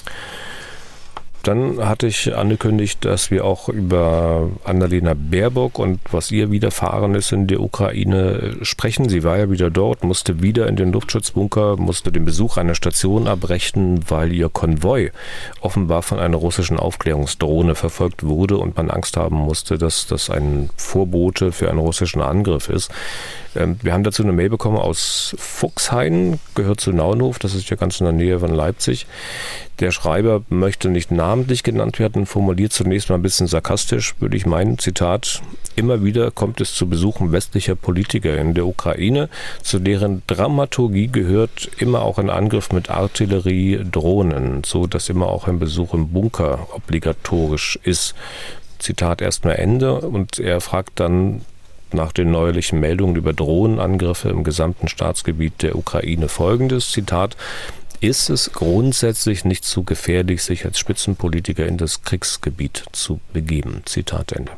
Dann hatte ich angekündigt, dass wir auch über Annalena Baerbock und was ihr widerfahren ist in der Ukraine sprechen. Sie war ja wieder dort, musste wieder in den Luftschutzbunker, musste den Besuch einer Station abbrechen, weil ihr Konvoi offenbar von einer russischen Aufklärungsdrohne verfolgt wurde und man Angst haben musste, dass das ein Vorbote für einen russischen Angriff ist. Wir haben dazu eine Mail bekommen aus Fuchshain, gehört zu Naunhof, das ist ja ganz in der Nähe von Leipzig. Der Schreiber möchte nicht namentlich genannt werden, formuliert zunächst mal ein bisschen sarkastisch, würde ich meinen, Zitat: Immer wieder kommt es zu Besuchen westlicher Politiker in der Ukraine, zu deren Dramaturgie gehört immer auch ein Angriff mit Artillerie, Drohnen, so dass immer auch ein Besuch im Bunker obligatorisch ist. Zitat erstmal Ende, und er fragt dann nach den neuerlichen Meldungen über Drohnenangriffe im gesamten Staatsgebiet der Ukraine Folgendes, Zitat: Ist es grundsätzlich nicht zu gefährlich, sich als Spitzenpolitiker in das Kriegsgebiet zu begeben? Zitat Ende.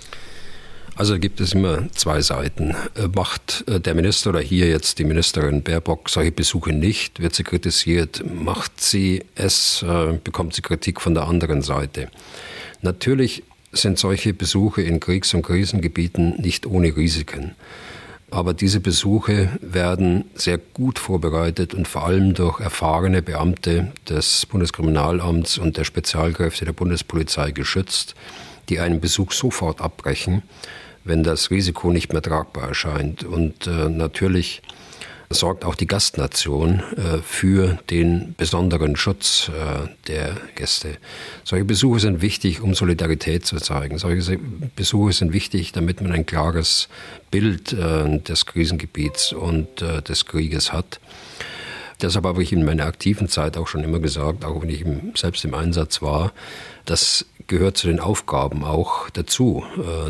Also gibt es immer zwei Seiten. Macht der Minister oder hier jetzt die Ministerin Baerbock solche Besuche nicht, wird sie kritisiert. Macht sie es, bekommt sie Kritik von der anderen Seite. Natürlich sind solche Besuche in Kriegs- und Krisengebieten nicht ohne Risiken. Aber diese Besuche werden sehr gut vorbereitet und vor allem durch erfahrene Beamte des Bundeskriminalamts und der Spezialkräfte der Bundespolizei geschützt, die einen Besuch sofort abbrechen, wenn das Risiko nicht mehr tragbar erscheint. Und natürlich sorgt auch die Gastnation für den besonderen Schutz der Gäste. Solche Besuche sind wichtig, um Solidarität zu zeigen. Solche Besuche sind wichtig, damit man ein klares Bild des Krisengebiets und des Krieges hat. Deshalb habe ich in meiner aktiven Zeit auch schon immer gesagt, auch wenn ich selbst im Einsatz war, das gehört zu den Aufgaben auch dazu,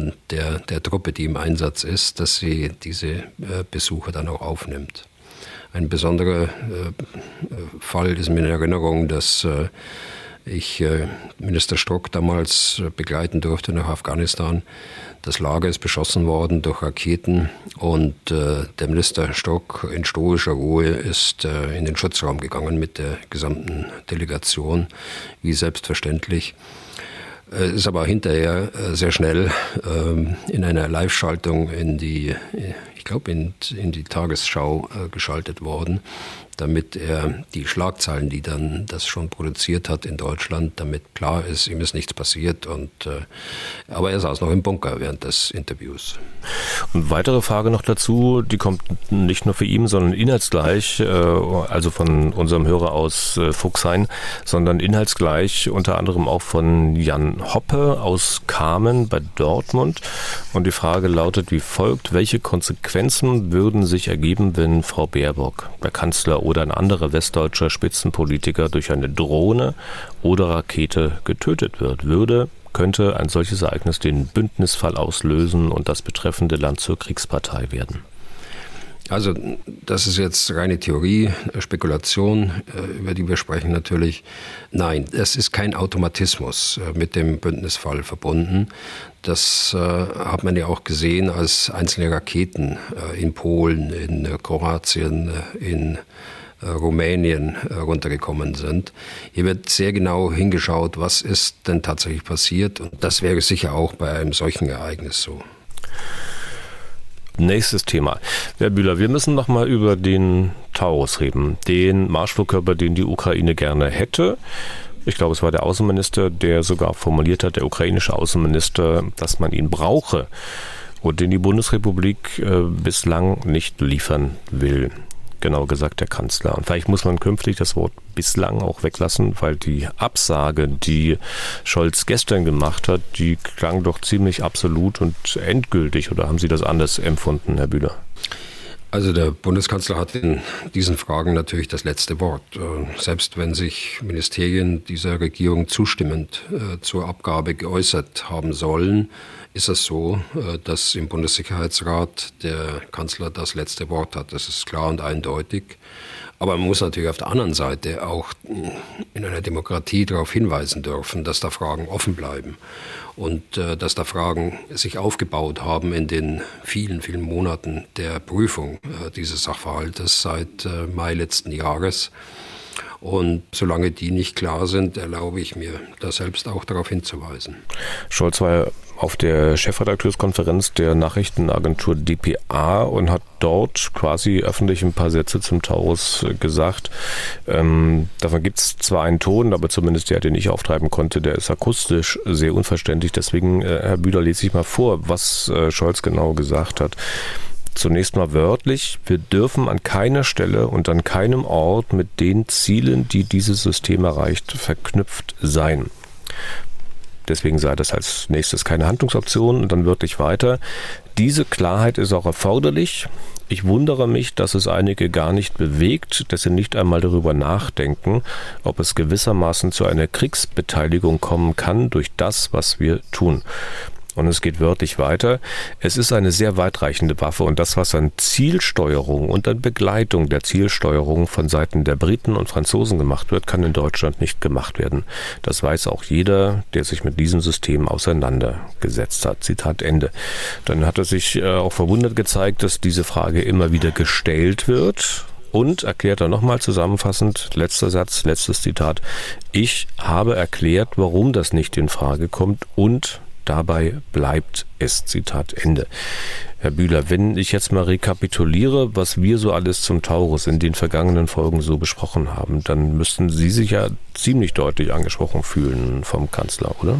der Truppe, die im Einsatz ist, dass sie diese Besuche dann auch aufnimmt. Ein besonderer Fall ist mir in Erinnerung, dass ich Minister Strock damals begleiten durfte nach Afghanistan. Das Lager ist beschossen worden durch Raketen und der Minister Strock in stoischer Ruhe ist in den Schutzraum gegangen mit der gesamten Delegation, wie selbstverständlich. Ist aber hinterher sehr schnell in einer Live-Schaltung in die Tagesschau geschaltet worden, damit er die Schlagzeilen, die dann das schon produziert hat in Deutschland, damit klar ist, ihm ist nichts passiert. Aber er saß noch im Bunker während des Interviews. Und weitere Frage noch dazu, die kommt nicht nur für ihn, sondern inhaltsgleich, also von unserem Hörer aus Fuchshain, sondern inhaltsgleich unter anderem auch von Jan Hoppe aus Kamen bei Dortmund. Und die Frage lautet wie folgt: Welche Konsequenzen würden sich ergeben, wenn Frau Baerbock, der Kanzler oder ein anderer westdeutscher Spitzenpolitiker durch eine Drohne oder Rakete getötet wird? Könnte ein solches Ereignis den Bündnisfall auslösen und das betreffende Land zur Kriegspartei werden? Also das ist jetzt reine Theorie, Spekulation, über die wir sprechen natürlich. Nein, es ist kein Automatismus mit dem Bündnisfall verbunden. Das hat man ja auch gesehen, als einzelne Raketen in Polen, in Kroatien, in Rumänien runtergekommen sind. Hier wird sehr genau hingeschaut, was ist denn tatsächlich passiert. Und das wäre sicher auch bei einem solchen Ereignis so. Nächstes Thema. Herr Bühler, wir müssen noch mal über den Taurus reden, den Marschflugkörper, den die Ukraine gerne hätte. Ich glaube, es war der Außenminister, der sogar formuliert hat, der ukrainische Außenminister, dass man ihn brauche und den die Bundesrepublik bislang nicht liefern will. Genau gesagt der Kanzler. Und vielleicht muss man künftig das Wort bislang auch weglassen, weil die Absage, die Scholz gestern gemacht hat, die klang doch ziemlich absolut und endgültig. Oder haben Sie das anders empfunden, Herr Bühler? Also der Bundeskanzler hat in diesen Fragen natürlich das letzte Wort. Selbst wenn sich Ministerien dieser Regierung zustimmend zur Abgabe geäußert haben sollen, ist es so, dass im Bundessicherheitsrat der Kanzler das letzte Wort hat. Das ist klar und eindeutig. Aber man muss natürlich auf der anderen Seite auch in einer Demokratie darauf hinweisen dürfen, dass da Fragen offen bleiben und dass da Fragen sich aufgebaut haben in den vielen, vielen Monaten der Prüfung dieses Sachverhaltes seit Mai letzten Jahres. Und solange die nicht klar sind, erlaube ich mir, da selbst auch darauf hinzuweisen. Scholz war ja auf der Chefredakteurskonferenz der Nachrichtenagentur dpa und hat dort quasi öffentlich ein paar Sätze zum Taurus gesagt. Davon gibt es zwar einen Ton, aber zumindest der, den ich auftreiben konnte, der ist akustisch sehr unverständlich. Deswegen, Herr Bühler, lese ich mal vor, was Scholz genau gesagt hat. Zunächst mal wörtlich: Wir dürfen an keiner Stelle und an keinem Ort mit den Zielen, die dieses System erreicht, verknüpft sein. Deswegen sei das als nächstes keine Handlungsoption. Und dann wörtlich weiter: Diese Klarheit ist auch erforderlich. Ich wundere mich, dass es einige gar nicht bewegt, dass sie nicht einmal darüber nachdenken, ob es gewissermaßen zu einer Kriegsbeteiligung kommen kann durch das, was wir tun. Und es geht wörtlich weiter: Es ist eine sehr weitreichende Waffe und das, was an Zielsteuerung und an Begleitung der Zielsteuerung von Seiten der Briten und Franzosen gemacht wird, kann in Deutschland nicht gemacht werden. Das weiß auch jeder, der sich mit diesem System auseinandergesetzt hat. Zitat Ende. Dann hat er sich auch verwundert gezeigt, dass diese Frage immer wieder gestellt wird. Und erklärt er nochmal zusammenfassend, letzter Satz, letztes Zitat: Ich habe erklärt, warum das nicht in Frage kommt und dabei bleibt es. Zitat Ende. Herr Bühler, wenn ich jetzt mal rekapituliere, was wir so alles zum Taurus in den vergangenen Folgen so besprochen haben, dann müssten Sie sich ja ziemlich deutlich angesprochen fühlen vom Kanzler, oder?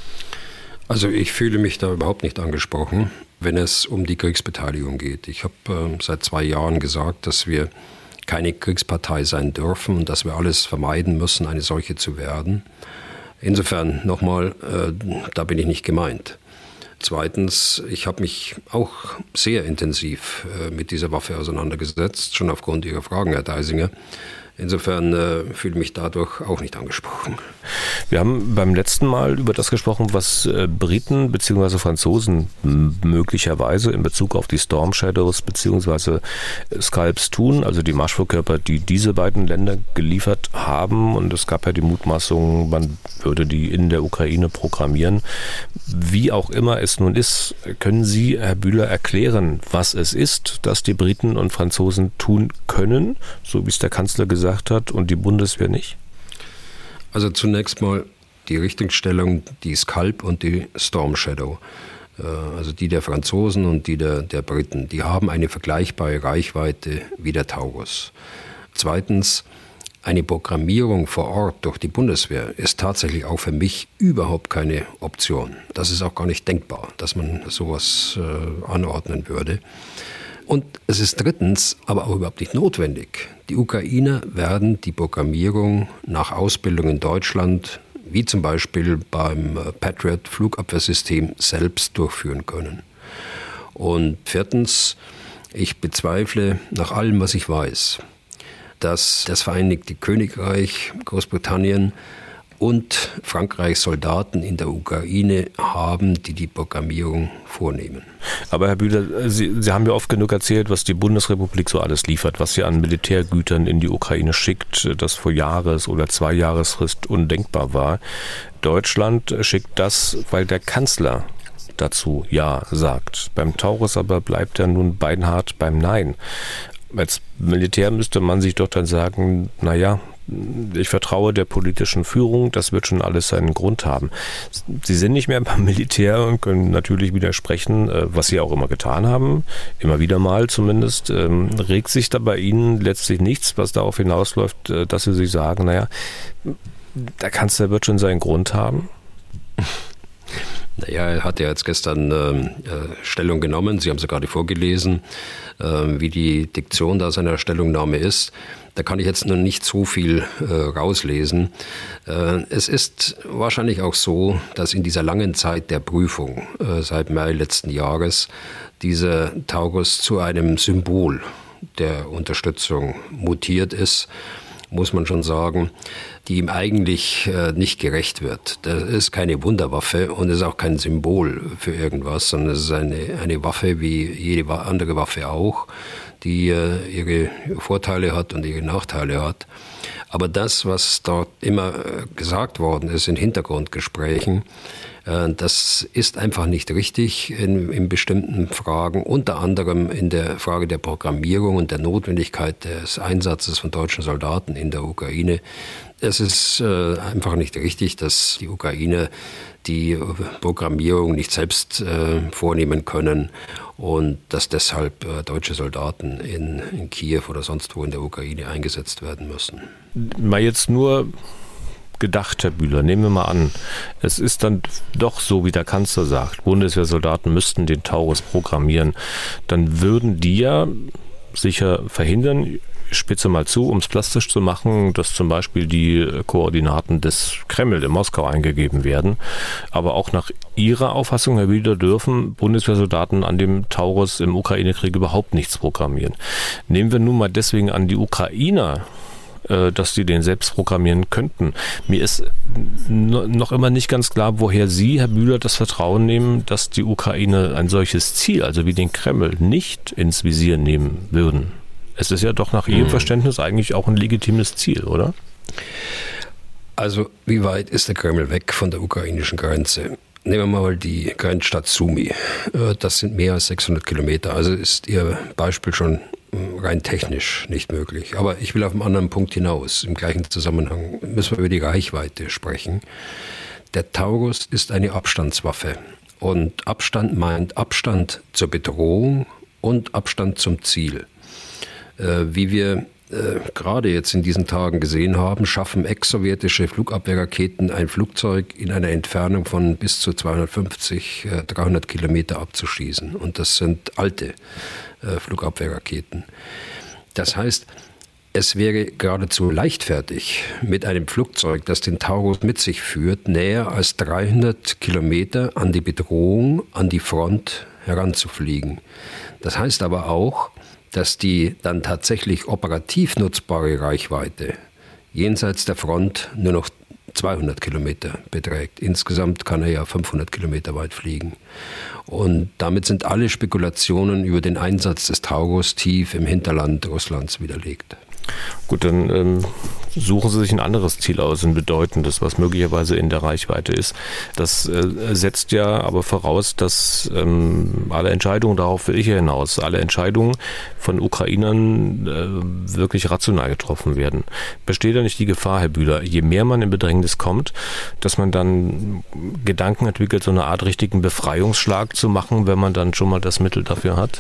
Also ich fühle mich da überhaupt nicht angesprochen, wenn es um die Kriegsbeteiligung geht. Ich habe seit 2 Jahren gesagt, dass wir keine Kriegspartei sein dürfen und dass wir alles vermeiden müssen, eine solche zu werden. Insofern nochmal, da bin ich nicht gemeint. Zweitens, ich habe mich auch sehr intensiv mit dieser Waffe auseinandergesetzt, schon aufgrund Ihrer Fragen, Herr Deisinger. Insofern fühle ich mich dadurch auch nicht angesprochen. Wir haben beim letzten Mal über das gesprochen, was Briten bzw. Franzosen möglicherweise in Bezug auf die Storm Shadows bzw. Scalps tun, also die Marschflugkörper, die diese beiden Länder geliefert haben. Und es gab ja die Mutmaßung, man würde die in der Ukraine programmieren. Wie auch immer es nun ist, können Sie, Herr Bühler, erklären, was es ist, das die Briten und Franzosen tun können, so wie es der Kanzler gesagt hat, und die Bundeswehr nicht? Also zunächst mal die Richtungsstellung, die Scalp und die Storm Shadow, also die der Franzosen und die der Briten, die haben eine vergleichbare Reichweite wie der Taurus. Zweitens, eine Programmierung vor Ort durch die Bundeswehr ist tatsächlich auch für mich überhaupt keine Option. Das ist auch gar nicht denkbar, dass man sowas anordnen würde. Und es ist drittens aber auch überhaupt nicht notwendig. Die Ukrainer werden die Programmierung nach Ausbildung in Deutschland, wie zum Beispiel beim Patriot-Flugabwehrsystem, selbst durchführen können. Und viertens, ich bezweifle nach allem, was ich weiß, dass das Vereinigte Königreich, Großbritannien und Frankreich Soldaten in der Ukraine haben, die die Programmierung vornehmen. Aber Herr Bühler, Sie haben ja oft genug erzählt, was die Bundesrepublik so alles liefert, was sie an Militärgütern in die Ukraine schickt, das vor Jahres- oder 2 Jahresfrist undenkbar war. Deutschland schickt das, weil der Kanzler dazu Ja sagt. Beim Taurus aber bleibt er nun beinhart beim Nein. Als Militär müsste man sich doch dann sagen, naja, ich vertraue der politischen Führung, das wird schon alles seinen Grund haben. Sie sind nicht mehr beim Militär und können natürlich widersprechen, was Sie auch immer getan haben, immer wieder mal zumindest. Regt sich da bei Ihnen letztlich nichts, was darauf hinausläuft, dass Sie sich sagen, naja, der Kanzler wird schon seinen Grund haben? Naja, er hat ja jetzt gestern Stellung genommen. Sie haben es gerade vorgelesen, wie die Diktion da seiner Stellungnahme ist. Da kann ich jetzt noch nicht so viel rauslesen. Es ist wahrscheinlich auch so, dass in dieser langen Zeit der Prüfung seit Mai letzten Jahres dieser Taurus zu einem Symbol der Unterstützung mutiert ist. muss man schon sagen, die ihm eigentlich nicht gerecht wird. Das ist keine Wunderwaffe und ist auch kein Symbol für irgendwas, sondern es ist eine Waffe wie jede andere Waffe auch, die ihre Vorteile hat und ihre Nachteile hat. Aber das, was dort immer gesagt worden ist in Hintergrundgesprächen, das ist einfach nicht richtig in bestimmten Fragen, unter anderem in der Frage der Programmierung und der Notwendigkeit des Einsatzes von deutschen Soldaten in der Ukraine. Es ist einfach nicht richtig, dass die Ukrainer die Programmierung nicht selbst vornehmen können und dass deshalb deutsche Soldaten in Kiew oder sonst wo in der Ukraine eingesetzt werden müssen. Mal jetzt nur gedacht, Herr Bühler, nehmen wir mal an, es ist dann doch so, wie der Kanzler sagt, Bundeswehrsoldaten müssten den Taurus programmieren, dann würden die ja sicher verhindern, spitze mal zu, um es plastisch zu machen, dass zum Beispiel die Koordinaten des Kreml in Moskau eingegeben werden. Aber auch nach Ihrer Auffassung, Herr Bühler, dürfen Bundeswehrsoldaten an dem Taurus im Ukraine-Krieg überhaupt nichts programmieren. Nehmen wir nun mal deswegen an die Ukrainer, dass die den selbst programmieren könnten. Mir ist noch immer nicht ganz klar, woher Sie, Herr Bühler, das Vertrauen nehmen, dass die Ukraine ein solches Ziel, also wie den Kreml, nicht ins Visier nehmen würden. Es ist ja doch nach Ihrem Verständnis eigentlich auch ein legitimes Ziel, oder? Also, wie weit ist der Kreml weg von der ukrainischen Grenze? Nehmen wir mal die Grenzstadt Sumy. Das sind mehr als 600 Kilometer. Also ist Ihr Beispiel schon rein technisch nicht möglich. Aber ich will auf einen anderen Punkt hinaus. Im gleichen Zusammenhang müssen wir über die Reichweite sprechen. Der Taurus ist eine Abstandswaffe. Und Abstand meint Abstand zur Bedrohung und Abstand zum Ziel. Wie wir gerade jetzt in diesen Tagen gesehen haben, schaffen ex-sowjetische Flugabwehrraketen ein Flugzeug in einer Entfernung von bis zu 250, 300 Kilometer abzuschießen. Und das sind alte Flugabwehrraketen. Das heißt, es wäre geradezu leichtfertig, mit einem Flugzeug, das den Taurus mit sich führt, näher als 300 Kilometer an die Bedrohung, an die Front heranzufliegen. Das heißt aber auch, dass die dann tatsächlich operativ nutzbare Reichweite jenseits der Front nur noch 200 Kilometer beträgt. Insgesamt kann er ja 500 Kilometer weit fliegen. Und damit sind alle Spekulationen über den Einsatz des Taurus tief im Hinterland Russlands widerlegt. Gut, dann suchen Sie sich ein anderes Ziel aus, ein bedeutendes, was möglicherweise in der Reichweite ist. Das setzt ja aber voraus, dass alle Entscheidungen, darauf will ich ja hinaus, alle Entscheidungen von Ukrainern wirklich rational getroffen werden. Besteht da nicht die Gefahr, Herr Bühler, je mehr man in Bedrängnis kommt, dass man dann Gedanken entwickelt, so eine Art richtigen Befreiungsschlag zu machen, wenn man dann schon mal das Mittel dafür hat?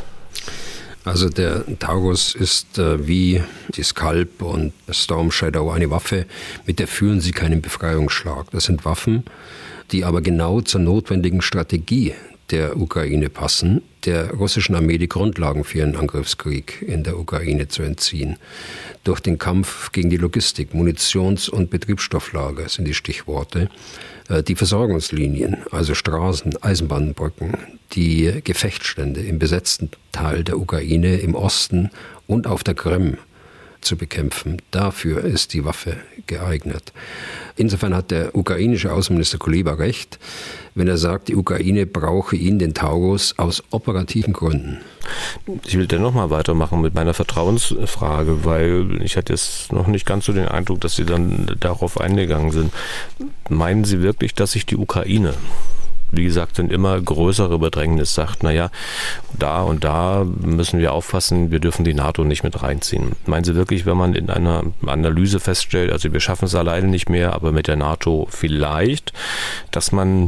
Also der Taurus ist wie die Scalp und Storm Shadow eine Waffe, mit der führen Sie keinen Befreiungsschlag. Das sind Waffen, die aber genau zur notwendigen Strategie der Ukraine passen, der russischen Armee die Grundlagen für ihren Angriffskrieg in der Ukraine zu entziehen. Durch den Kampf gegen die Logistik, Munitions- und Betriebsstofflager sind die Stichworte. Die Versorgungslinien, also Straßen, Eisenbahnbrücken, die Gefechtsstände im besetzten Teil der Ukraine im Osten und auf der Krim zu bekämpfen. Dafür ist die Waffe geeignet. Insofern hat der ukrainische Außenminister Kuleba recht, wenn er sagt, die Ukraine brauche ihn, den Taurus, aus operativen Gründen. Ich will dennoch mal weitermachen mit meiner Vertrauensfrage, weil ich hatte jetzt noch nicht ganz so den Eindruck, dass Sie dann darauf eingegangen sind. Meinen Sie wirklich, dass sich die Ukraine, wie gesagt, in immer größere Bedrängnis sagt, naja, da und da müssen wir aufpassen, wir dürfen die NATO nicht mit reinziehen. Meinen Sie wirklich, wenn man in einer Analyse feststellt, also wir schaffen es alleine nicht mehr, aber mit der NATO vielleicht, dass man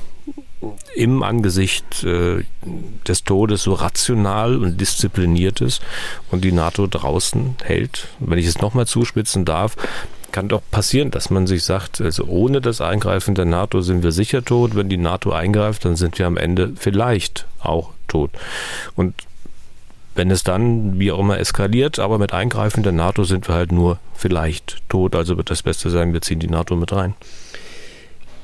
im Angesicht des Todes so rational und diszipliniert ist und die NATO draußen hält? Wenn ich es nochmal zuspitzen darf, kann doch passieren, dass man sich sagt, also ohne das Eingreifen der NATO sind wir sicher tot. Wenn die NATO eingreift, dann sind wir am Ende vielleicht auch tot. Und wenn es dann, wie auch immer, eskaliert, aber mit Eingreifen der NATO sind wir halt nur vielleicht tot. Also wird das Beste sein, wir ziehen die NATO mit rein.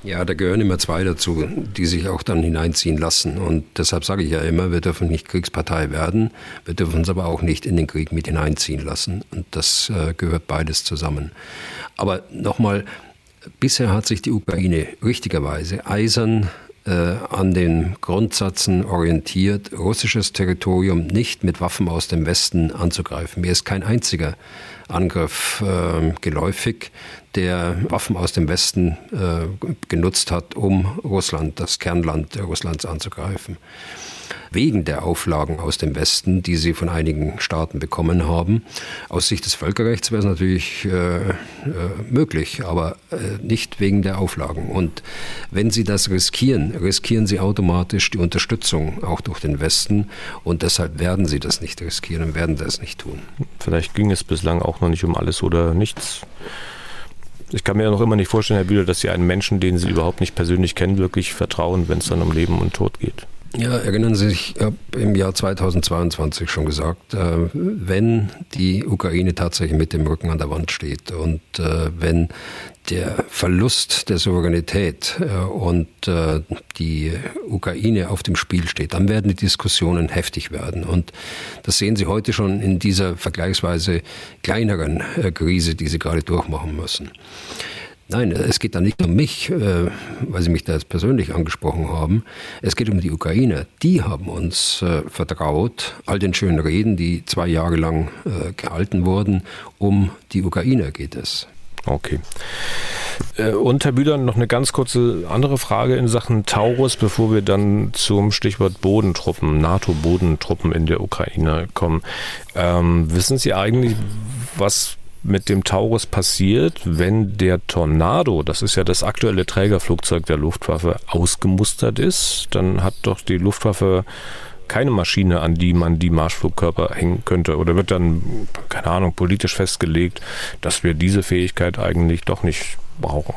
Ja, da gehören immer zwei dazu, die sich auch dann hineinziehen lassen. Und deshalb sage ich ja immer, wir dürfen nicht Kriegspartei werden, wir dürfen uns aber auch nicht in den Krieg mit hineinziehen lassen. Und das gehört beides zusammen. Aber nochmal, bisher hat sich die Ukraine richtigerweise eisern an den Grundsätzen orientiert, russisches Territorium nicht mit Waffen aus dem Westen anzugreifen. Mir ist kein einziger Angriff geläufig, der Waffen aus dem Westen genutzt hat, um Russland, das Kernland Russlands anzugreifen. Wegen der Auflagen aus dem Westen, die sie von einigen Staaten bekommen haben. Aus Sicht des Völkerrechts wäre es natürlich möglich, aber nicht wegen der Auflagen. Und wenn sie das riskieren, riskieren sie automatisch die Unterstützung auch durch den Westen. Und deshalb werden sie das nicht riskieren und werden das nicht tun. Vielleicht ging es bislang auch noch nicht um alles oder nichts. Ich kann mir ja noch immer nicht vorstellen, Herr Bühler, dass Sie einen Menschen, den Sie überhaupt nicht persönlich kennen, wirklich vertrauen, wenn es dann um Leben und Tod geht. Ja, erinnern Sie sich, ich habe im Jahr 2022 schon gesagt, wenn die Ukraine tatsächlich mit dem Rücken an der Wand steht und wenn der Verlust der Souveränität und die Ukraine auf dem Spiel steht, dann werden die Diskussionen heftig werden. Und das sehen Sie heute schon in dieser vergleichsweise kleineren Krise, die Sie gerade durchmachen müssen. Nein, es geht da nicht um mich, weil Sie mich da jetzt persönlich angesprochen haben. Es geht um die Ukrainer. Die haben uns vertraut, all den schönen Reden, die 2 Jahre lang gehalten wurden. Um die Ukrainer geht es. Okay. Und Herr Bühler, noch eine ganz kurze andere Frage in Sachen Taurus, bevor wir dann zum Stichwort Bodentruppen, NATO-Bodentruppen in der Ukraine kommen. Wissen Sie eigentlich, was mit dem Taurus passiert, wenn der Tornado, das ist ja das aktuelle Trägerflugzeug der Luftwaffe, ausgemustert ist? Dann hat doch die Luftwaffe keine Maschine, an die man die Marschflugkörper hängen könnte. Oder wird dann, keine Ahnung, politisch festgelegt, dass wir diese Fähigkeit eigentlich doch nicht brauchen?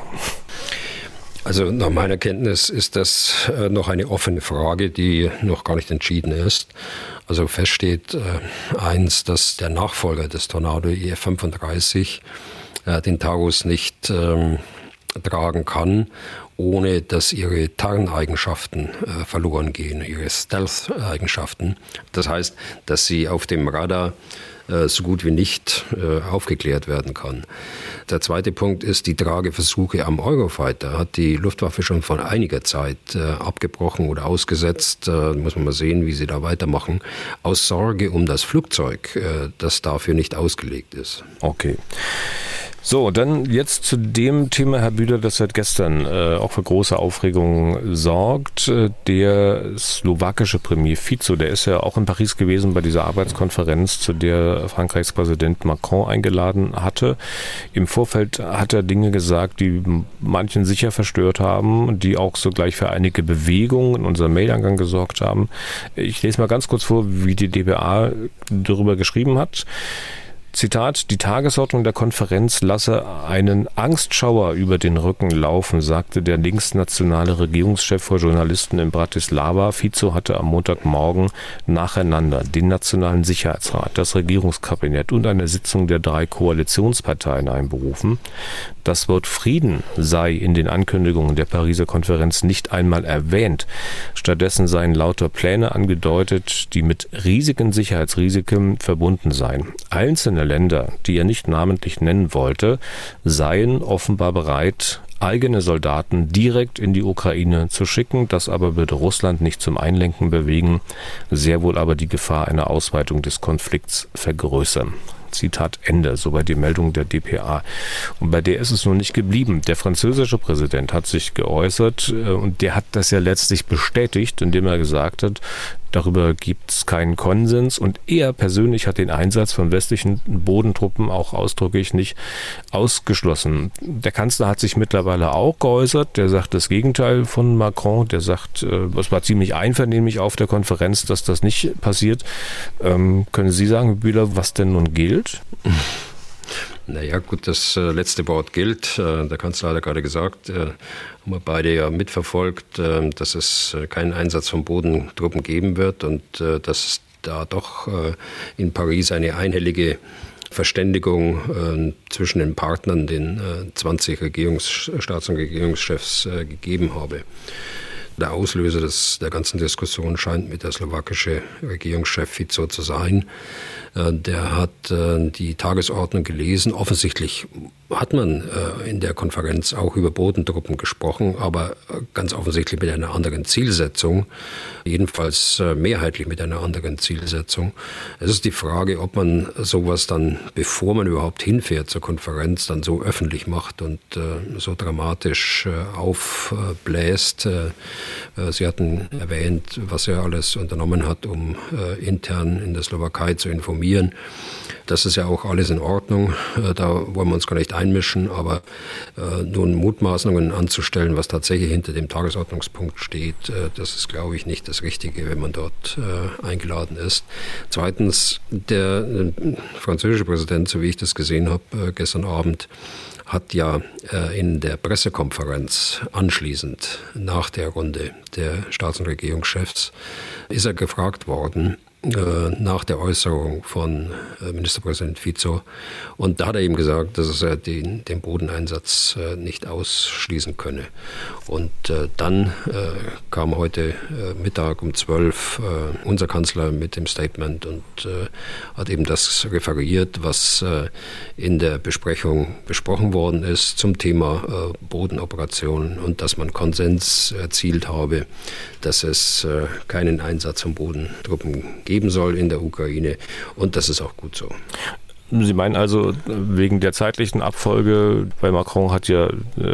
Also nach meiner Kenntnis ist das noch eine offene Frage, die noch gar nicht entschieden ist. Also fest steht eins, dass der Nachfolger des Tornado EF-35 den Taurus nicht tragen kann, ohne dass ihre Tarneigenschaften verloren gehen, ihre Stealth-Eigenschaften. Das heißt, dass sie auf dem Radar so gut wie nicht aufgeklärt werden kann. Der zweite Punkt ist, die Trageversuche am Eurofighter hat die Luftwaffe schon vor einiger Zeit abgebrochen oder ausgesetzt. Muss man mal sehen, wie sie da weitermachen. Aus Sorge um das Flugzeug, das dafür nicht ausgelegt ist. Okay. So, dann jetzt zu dem Thema, Herr Bühler, das seit gestern auch für große Aufregung sorgt. Der slowakische Premier Fico, der ist ja auch in Paris gewesen bei dieser Arbeitskonferenz, zu der Frankreichs Präsident Macron eingeladen hatte. Im Vorfeld hat er Dinge gesagt, die manchen sicher verstört haben, die auch sogleich für einige Bewegungen in unserem Maileingang gesorgt haben. Ich lese mal ganz kurz vor, wie die dpa darüber geschrieben hat. Zitat, die Tagesordnung der Konferenz lasse einen Angstschauer über den Rücken laufen, sagte der linksnationale Regierungschef vor Journalisten in Bratislava. Fico hatte am Montagmorgen nacheinander den Nationalen Sicherheitsrat, das Regierungskabinett und eine Sitzung der 3 Koalitionsparteien einberufen. Das Wort Frieden sei in den Ankündigungen der Pariser Konferenz nicht einmal erwähnt. Stattdessen seien lauter Pläne angedeutet, die mit riesigen Sicherheitsrisiken verbunden seien. Einzelne Länder, die er nicht namentlich nennen wollte, seien offenbar bereit, eigene Soldaten direkt in die Ukraine zu schicken. Das aber würde Russland nicht zum Einlenken bewegen, sehr wohl aber die Gefahr einer Ausweitung des Konflikts vergrößern. Zitat Ende, soweit die Meldung der dpa. Und bei der ist es nun nicht geblieben. Der französische Präsident hat sich geäußert und der hat das ja letztlich bestätigt, indem er gesagt hat, darüber gibt es keinen Konsens und er persönlich hat den Einsatz von westlichen Bodentruppen auch ausdrücklich nicht ausgeschlossen. Der Kanzler hat sich mittlerweile auch geäußert, der sagt das Gegenteil von Macron, der sagt, es war ziemlich einvernehmlich auf der Konferenz, dass das nicht passiert. Können Sie sagen, Herr Bühler, was denn nun gilt? Naja, gut, das letzte Wort gilt. Der Kanzler hat ja gerade gesagt, haben wir beide ja mitverfolgt, dass es keinen Einsatz von Bodentruppen geben wird und dass es da doch in Paris eine einhellige Verständigung zwischen den Partnern, den 20 Staats- und Regierungschefs gegeben habe. Der Auslöser der ganzen Diskussion scheint mir der slowakische Regierungschef Fico zu sein. Der hat die Tagesordnung gelesen. Offensichtlich hat man in der Konferenz auch über Bodentruppen gesprochen, aber ganz offensichtlich mit einer anderen Zielsetzung, jedenfalls mehrheitlich mit einer anderen Zielsetzung. Es ist die Frage, ob man sowas dann, bevor man überhaupt hinfährt zur Konferenz, dann so öffentlich macht und so dramatisch aufbläst. Sie hatten erwähnt, was er alles unternommen hat, um intern in der Slowakei zu informieren. Das ist ja auch alles in Ordnung, da wollen wir uns gar nicht einmischen, aber nun Mutmaßungen anzustellen, was tatsächlich hinter dem Tagesordnungspunkt steht, das ist, glaube ich, nicht das Richtige, wenn man dort eingeladen ist. Zweitens, der französische Präsident, so wie ich das gesehen habe gestern Abend, hat ja in der Pressekonferenz anschließend nach der Runde der Staats- und Regierungschefs ist er gefragt worden, nach der Äußerung von Ministerpräsident Fico. Und da hat er ihm gesagt, dass er den Bodeneinsatz nicht ausschließen könne. Und dann kam heute Mittag um 12 unser Kanzler mit dem Statement und hat eben das referiert, was in der Besprechung besprochen worden ist zum Thema Bodenoperationen und dass man Konsens erzielt habe, dass es keinen Einsatz von Bodentruppen geben soll in der Ukraine. Und das ist auch gut so. Sie meinen also wegen der zeitlichen Abfolge, weil Macron hat ja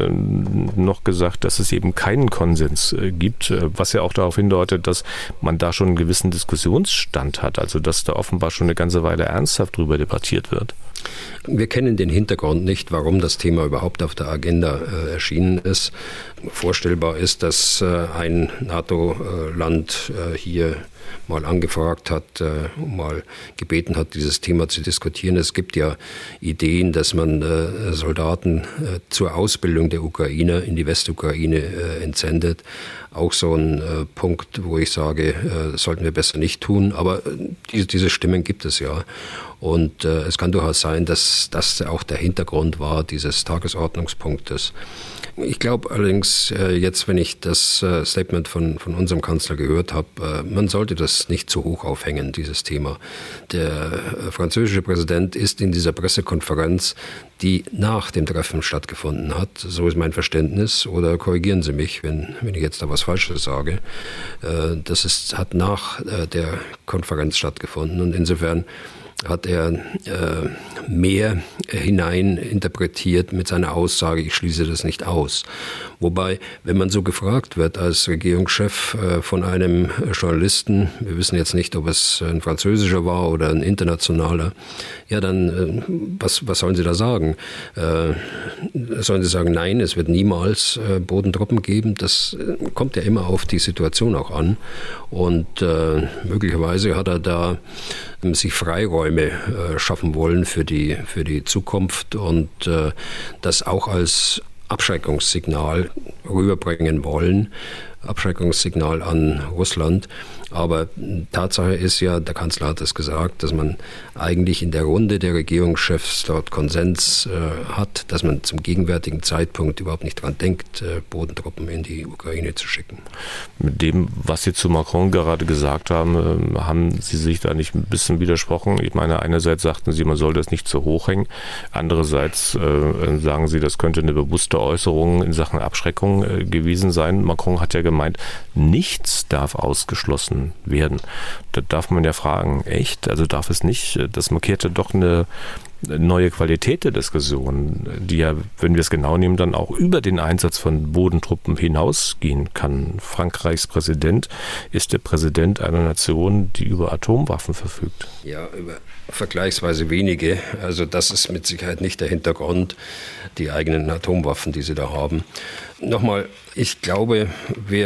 noch gesagt, dass es eben keinen Konsens gibt, was ja auch darauf hindeutet, dass man da schon einen gewissen Diskussionsstand hat, also dass da offenbar schon eine ganze Weile ernsthaft drüber debattiert wird. Wir kennen den Hintergrund nicht, warum das Thema überhaupt auf der Agenda erschienen ist. Vorstellbar ist, dass ein NATO-Land hier mal angefragt hat, mal gebeten hat, dieses Thema zu diskutieren. Es gibt ja Ideen, dass man Soldaten zur Ausbildung der Ukrainer in die Westukraine entsendet. Auch so ein Punkt, wo ich sage, sollten wir besser nicht tun. Aber diese Stimmen gibt es ja. Und es kann durchaus sein, dass das auch der Hintergrund war dieses Tagesordnungspunktes. Ich glaube allerdings jetzt, wenn ich das Statement von unserem Kanzler gehört habe, man sollte das nicht zu hoch aufhängen, dieses Thema. Der französische Präsident ist in dieser Pressekonferenz, die nach dem Treffen stattgefunden hat, so ist mein Verständnis, oder korrigieren Sie mich, wenn ich jetzt da was Falsches sage, hat nach der Konferenz stattgefunden und insofern hat er mehr hineininterpretiert mit seiner Aussage, ich schließe das nicht aus. Wobei, wenn man so gefragt wird als Regierungschef von einem Journalisten, wir wissen jetzt nicht, ob es ein französischer war oder ein internationaler, ja dann, was sollen Sie da sagen? Sollen Sie sagen, nein, es wird niemals Bodentruppen geben? Das kommt ja immer auf die Situation auch an. Und möglicherweise hat er da sich Freiräume schaffen wollen für die Zukunft und das auch als Abschreckungssignal rüberbringen wollen, Abschreckungssignal an Russland. Aber Tatsache ist ja, der Kanzler hat es gesagt, dass man eigentlich in der Runde der Regierungschefs dort Konsens hat, dass man zum gegenwärtigen Zeitpunkt überhaupt nicht daran denkt, Bodentruppen in die Ukraine zu schicken. Mit dem, was Sie zu Macron gerade gesagt haben, haben Sie sich da nicht ein bisschen widersprochen? Ich meine, einerseits sagten Sie, man soll das nicht zu hoch hängen. Andererseits sagen Sie, das könnte eine bewusste Äußerung in Sachen Abschreckung gewesen sein. Macron hat ja gemeint, nichts darf ausgeschlossen werden. Da darf man ja fragen, echt? Also darf es nicht? Das markierte doch eine neue Qualität der Diskussion, die ja, wenn wir es genau nehmen, dann auch über den Einsatz von Bodentruppen hinausgehen kann. Frankreichs Präsident ist der Präsident einer Nation, die über Atomwaffen verfügt. Ja, über vergleichsweise wenige. Also das ist mit Sicherheit nicht der Hintergrund, die eigenen Atomwaffen, die sie da haben. Nochmal, ich glaube, wer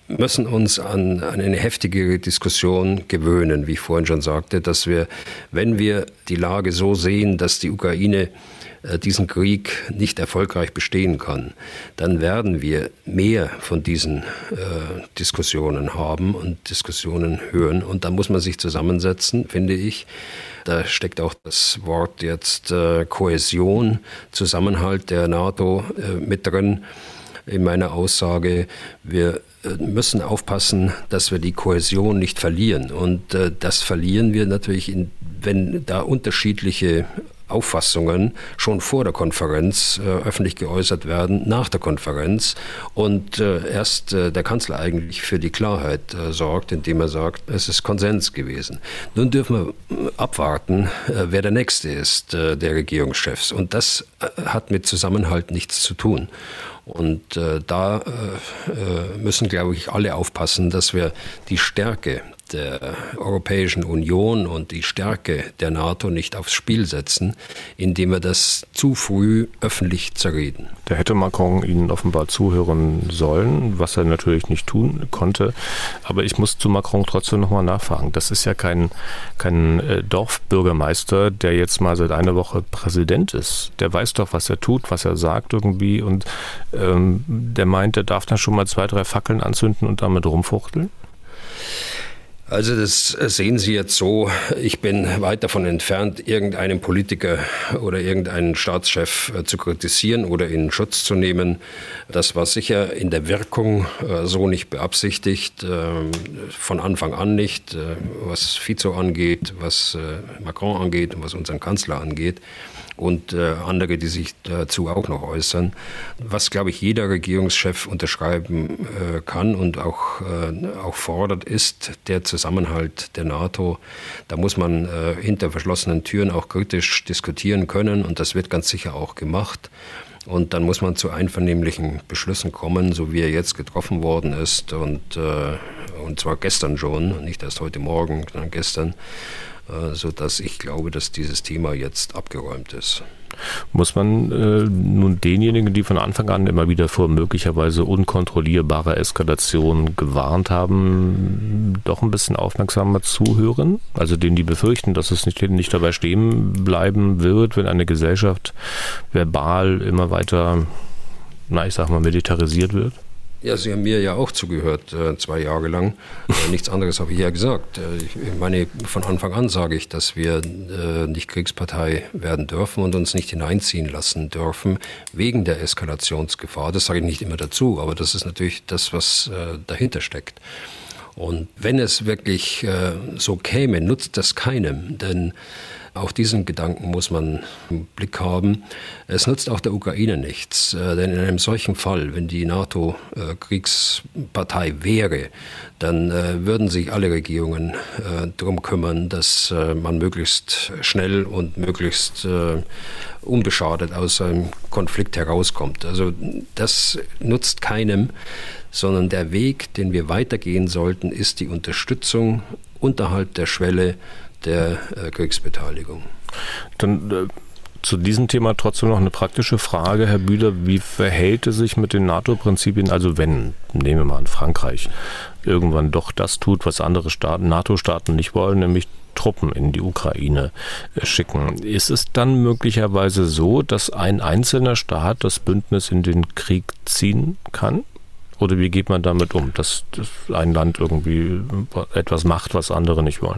müssen uns an eine heftige Diskussion gewöhnen, wie ich vorhin schon sagte, dass wir, wenn wir die Lage so sehen, dass die Ukraine diesen Krieg nicht erfolgreich bestehen kann, dann werden wir mehr von diesen Diskussionen haben und Diskussionen hören. Und da muss man sich zusammensetzen, finde ich. Da steckt auch das Wort jetzt Kohäsion, Zusammenhalt der NATO mit drin. In meiner Aussage, wir müssen aufpassen, dass wir die Kohäsion nicht verlieren. Und das verlieren wir natürlich, wenn da unterschiedliche Auffassungen schon vor der Konferenz öffentlich geäußert werden, nach der Konferenz und erst der Kanzler eigentlich für die Klarheit sorgt, indem er sagt, es ist Konsens gewesen. Nun dürfen wir abwarten, wer der Nächste ist, der Regierungschefs. Und das hat mit Zusammenhalt nichts zu tun. Und da müssen, glaube ich, alle aufpassen, dass wir die Stärke der Europäischen Union und die Stärke der NATO nicht aufs Spiel setzen, indem wir das zu früh öffentlich zerreden. Da hätte Macron Ihnen offenbar zuhören sollen, was er natürlich nicht tun konnte. Aber ich muss zu Macron trotzdem nochmal nachfragen. Das ist ja kein Dorfbürgermeister, der jetzt mal seit einer Woche Präsident ist. Der weiß doch, was er tut, was er sagt irgendwie. Und der meint, der darf dann schon mal 2, 3 Fackeln anzünden und damit rumfuchteln? Also das sehen Sie jetzt so, ich bin weit davon entfernt, irgendeinen Politiker oder irgendeinen Staatschef zu kritisieren oder in Schutz zu nehmen. Das war sicher in der Wirkung so nicht beabsichtigt, von Anfang an nicht, was Fico angeht, was Macron angeht und was unseren Kanzler angeht. Und andere, die sich dazu auch noch äußern. Was, glaube ich, jeder Regierungschef unterschreiben kann und auch fordert, ist der Zusammenhalt der NATO. Da muss man hinter verschlossenen Türen auch kritisch diskutieren können und das wird ganz sicher auch gemacht. Und dann muss man zu einvernehmlichen Beschlüssen kommen, so wie er jetzt getroffen worden ist und zwar gestern schon, nicht erst heute Morgen, sondern gestern. Sodass ich glaube, dass dieses Thema jetzt abgeräumt ist. Muss man nun denjenigen, die von Anfang an immer wieder vor möglicherweise unkontrollierbarer Eskalation gewarnt haben, doch ein bisschen aufmerksamer zuhören? Also denen, die befürchten, dass es nicht dabei stehen bleiben wird, wenn eine Gesellschaft verbal immer weiter, militarisiert wird? Ja, Sie haben mir ja auch zugehört, 2 Jahre lang. Nichts anderes habe ich ja gesagt. Ich meine, von Anfang an sage ich, dass wir nicht Kriegspartei werden dürfen und uns nicht hineinziehen lassen dürfen, wegen der Eskalationsgefahr. Das sage ich nicht immer dazu, aber das ist natürlich das, was dahinter steckt. Und wenn es wirklich so käme, nutzt das keinem, denn auch diesen Gedanken muss man im Blick haben. Es nutzt auch der Ukraine nichts, denn in einem solchen Fall, wenn die NATO Kriegspartei wäre, dann würden sich alle Regierungen darum kümmern, dass man möglichst schnell und möglichst unbeschadet aus einem Konflikt herauskommt. Also das nutzt keinem, sondern der Weg, den wir weitergehen sollten, ist die Unterstützung unterhalb der Schwelle der Kriegsbeteiligung. Dann zu diesem Thema trotzdem noch eine praktische Frage, Herr Bühler. Wie verhält es sich mit den NATO-Prinzipien, also wenn, nehmen wir mal an Frankreich, irgendwann doch das tut, was andere NATO-Staaten nicht wollen, nämlich Truppen in die Ukraine schicken. Ist es dann möglicherweise so, dass ein einzelner Staat das Bündnis in den Krieg ziehen kann? Oder wie geht man damit um, dass ein Land irgendwie etwas macht, was andere nicht wollen?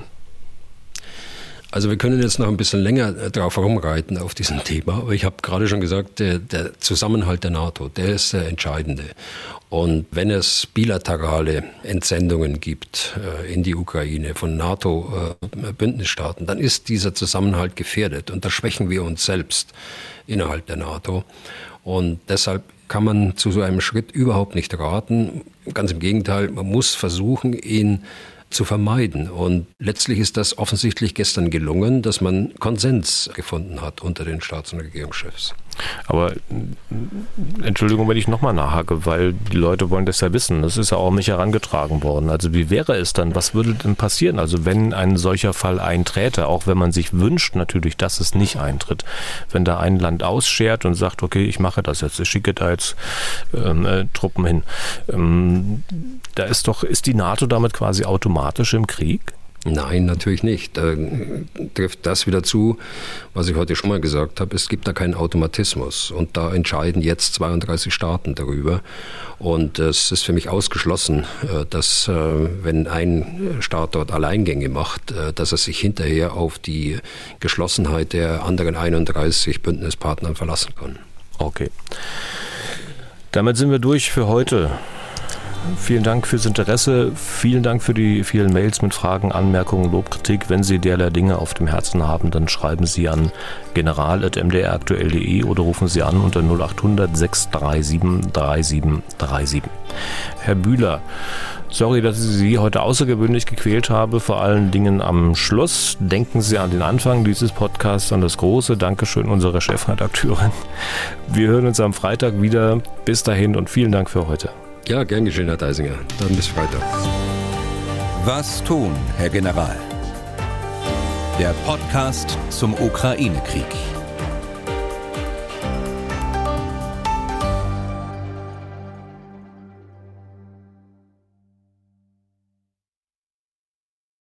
Also wir können jetzt noch ein bisschen länger drauf herumreiten auf diesem Thema, aber ich habe gerade schon gesagt, der Zusammenhalt der NATO, der ist der entscheidende. Und wenn es bilaterale Entsendungen gibt in die Ukraine von NATO-Bündnisstaaten, dann ist dieser Zusammenhalt gefährdet und da schwächen wir uns selbst innerhalb der NATO. Und deshalb kann man zu so einem Schritt überhaupt nicht raten. Ganz im Gegenteil, man muss versuchen, ihn zu vermeiden. Und letztlich ist das offensichtlich gestern gelungen, dass man Konsens gefunden hat unter den Staats- und Regierungschefs. Aber Entschuldigung, wenn ich nochmal nachhake, weil die Leute wollen das ja wissen. Das ist ja auch nicht herangetragen worden. Also wie wäre es dann? Was würde denn passieren? Also wenn ein solcher Fall einträte, auch wenn man sich wünscht natürlich, dass es nicht eintritt. Wenn da ein Land ausschert und sagt, okay, ich mache das jetzt, ich schicke da jetzt Truppen hin. Da ist die NATO damit quasi automatisch im Krieg? Nein, natürlich nicht. Da trifft das wieder zu, was ich heute schon mal gesagt habe. Es gibt da keinen Automatismus. Und da entscheiden jetzt 32 Staaten darüber. Und es ist für mich ausgeschlossen, dass wenn ein Staat dort Alleingänge macht, dass er sich hinterher auf die Geschlossenheit der anderen 31 Bündnispartnern verlassen kann. Okay. Damit sind wir durch für heute. Vielen Dank fürs Interesse, vielen Dank für die vielen Mails mit Fragen, Anmerkungen, Lob, Kritik. Wenn Sie derlei Dinge auf dem Herzen haben, dann schreiben Sie an general@mdraktuell.de oder rufen Sie an unter 0800 637 3737. Herr Bühler, sorry, dass ich Sie heute außergewöhnlich gequält habe, vor allen Dingen am Schluss. Denken Sie an den Anfang dieses Podcasts, an das Große. Dankeschön unserer Chefredakteurin. Wir hören uns am Freitag wieder. Bis dahin und vielen Dank für heute. Ja, gern geschehen, Herr Deisinger. Dann bis Freitag. Was tun, Herr General? Der Podcast zum Ukraine-Krieg.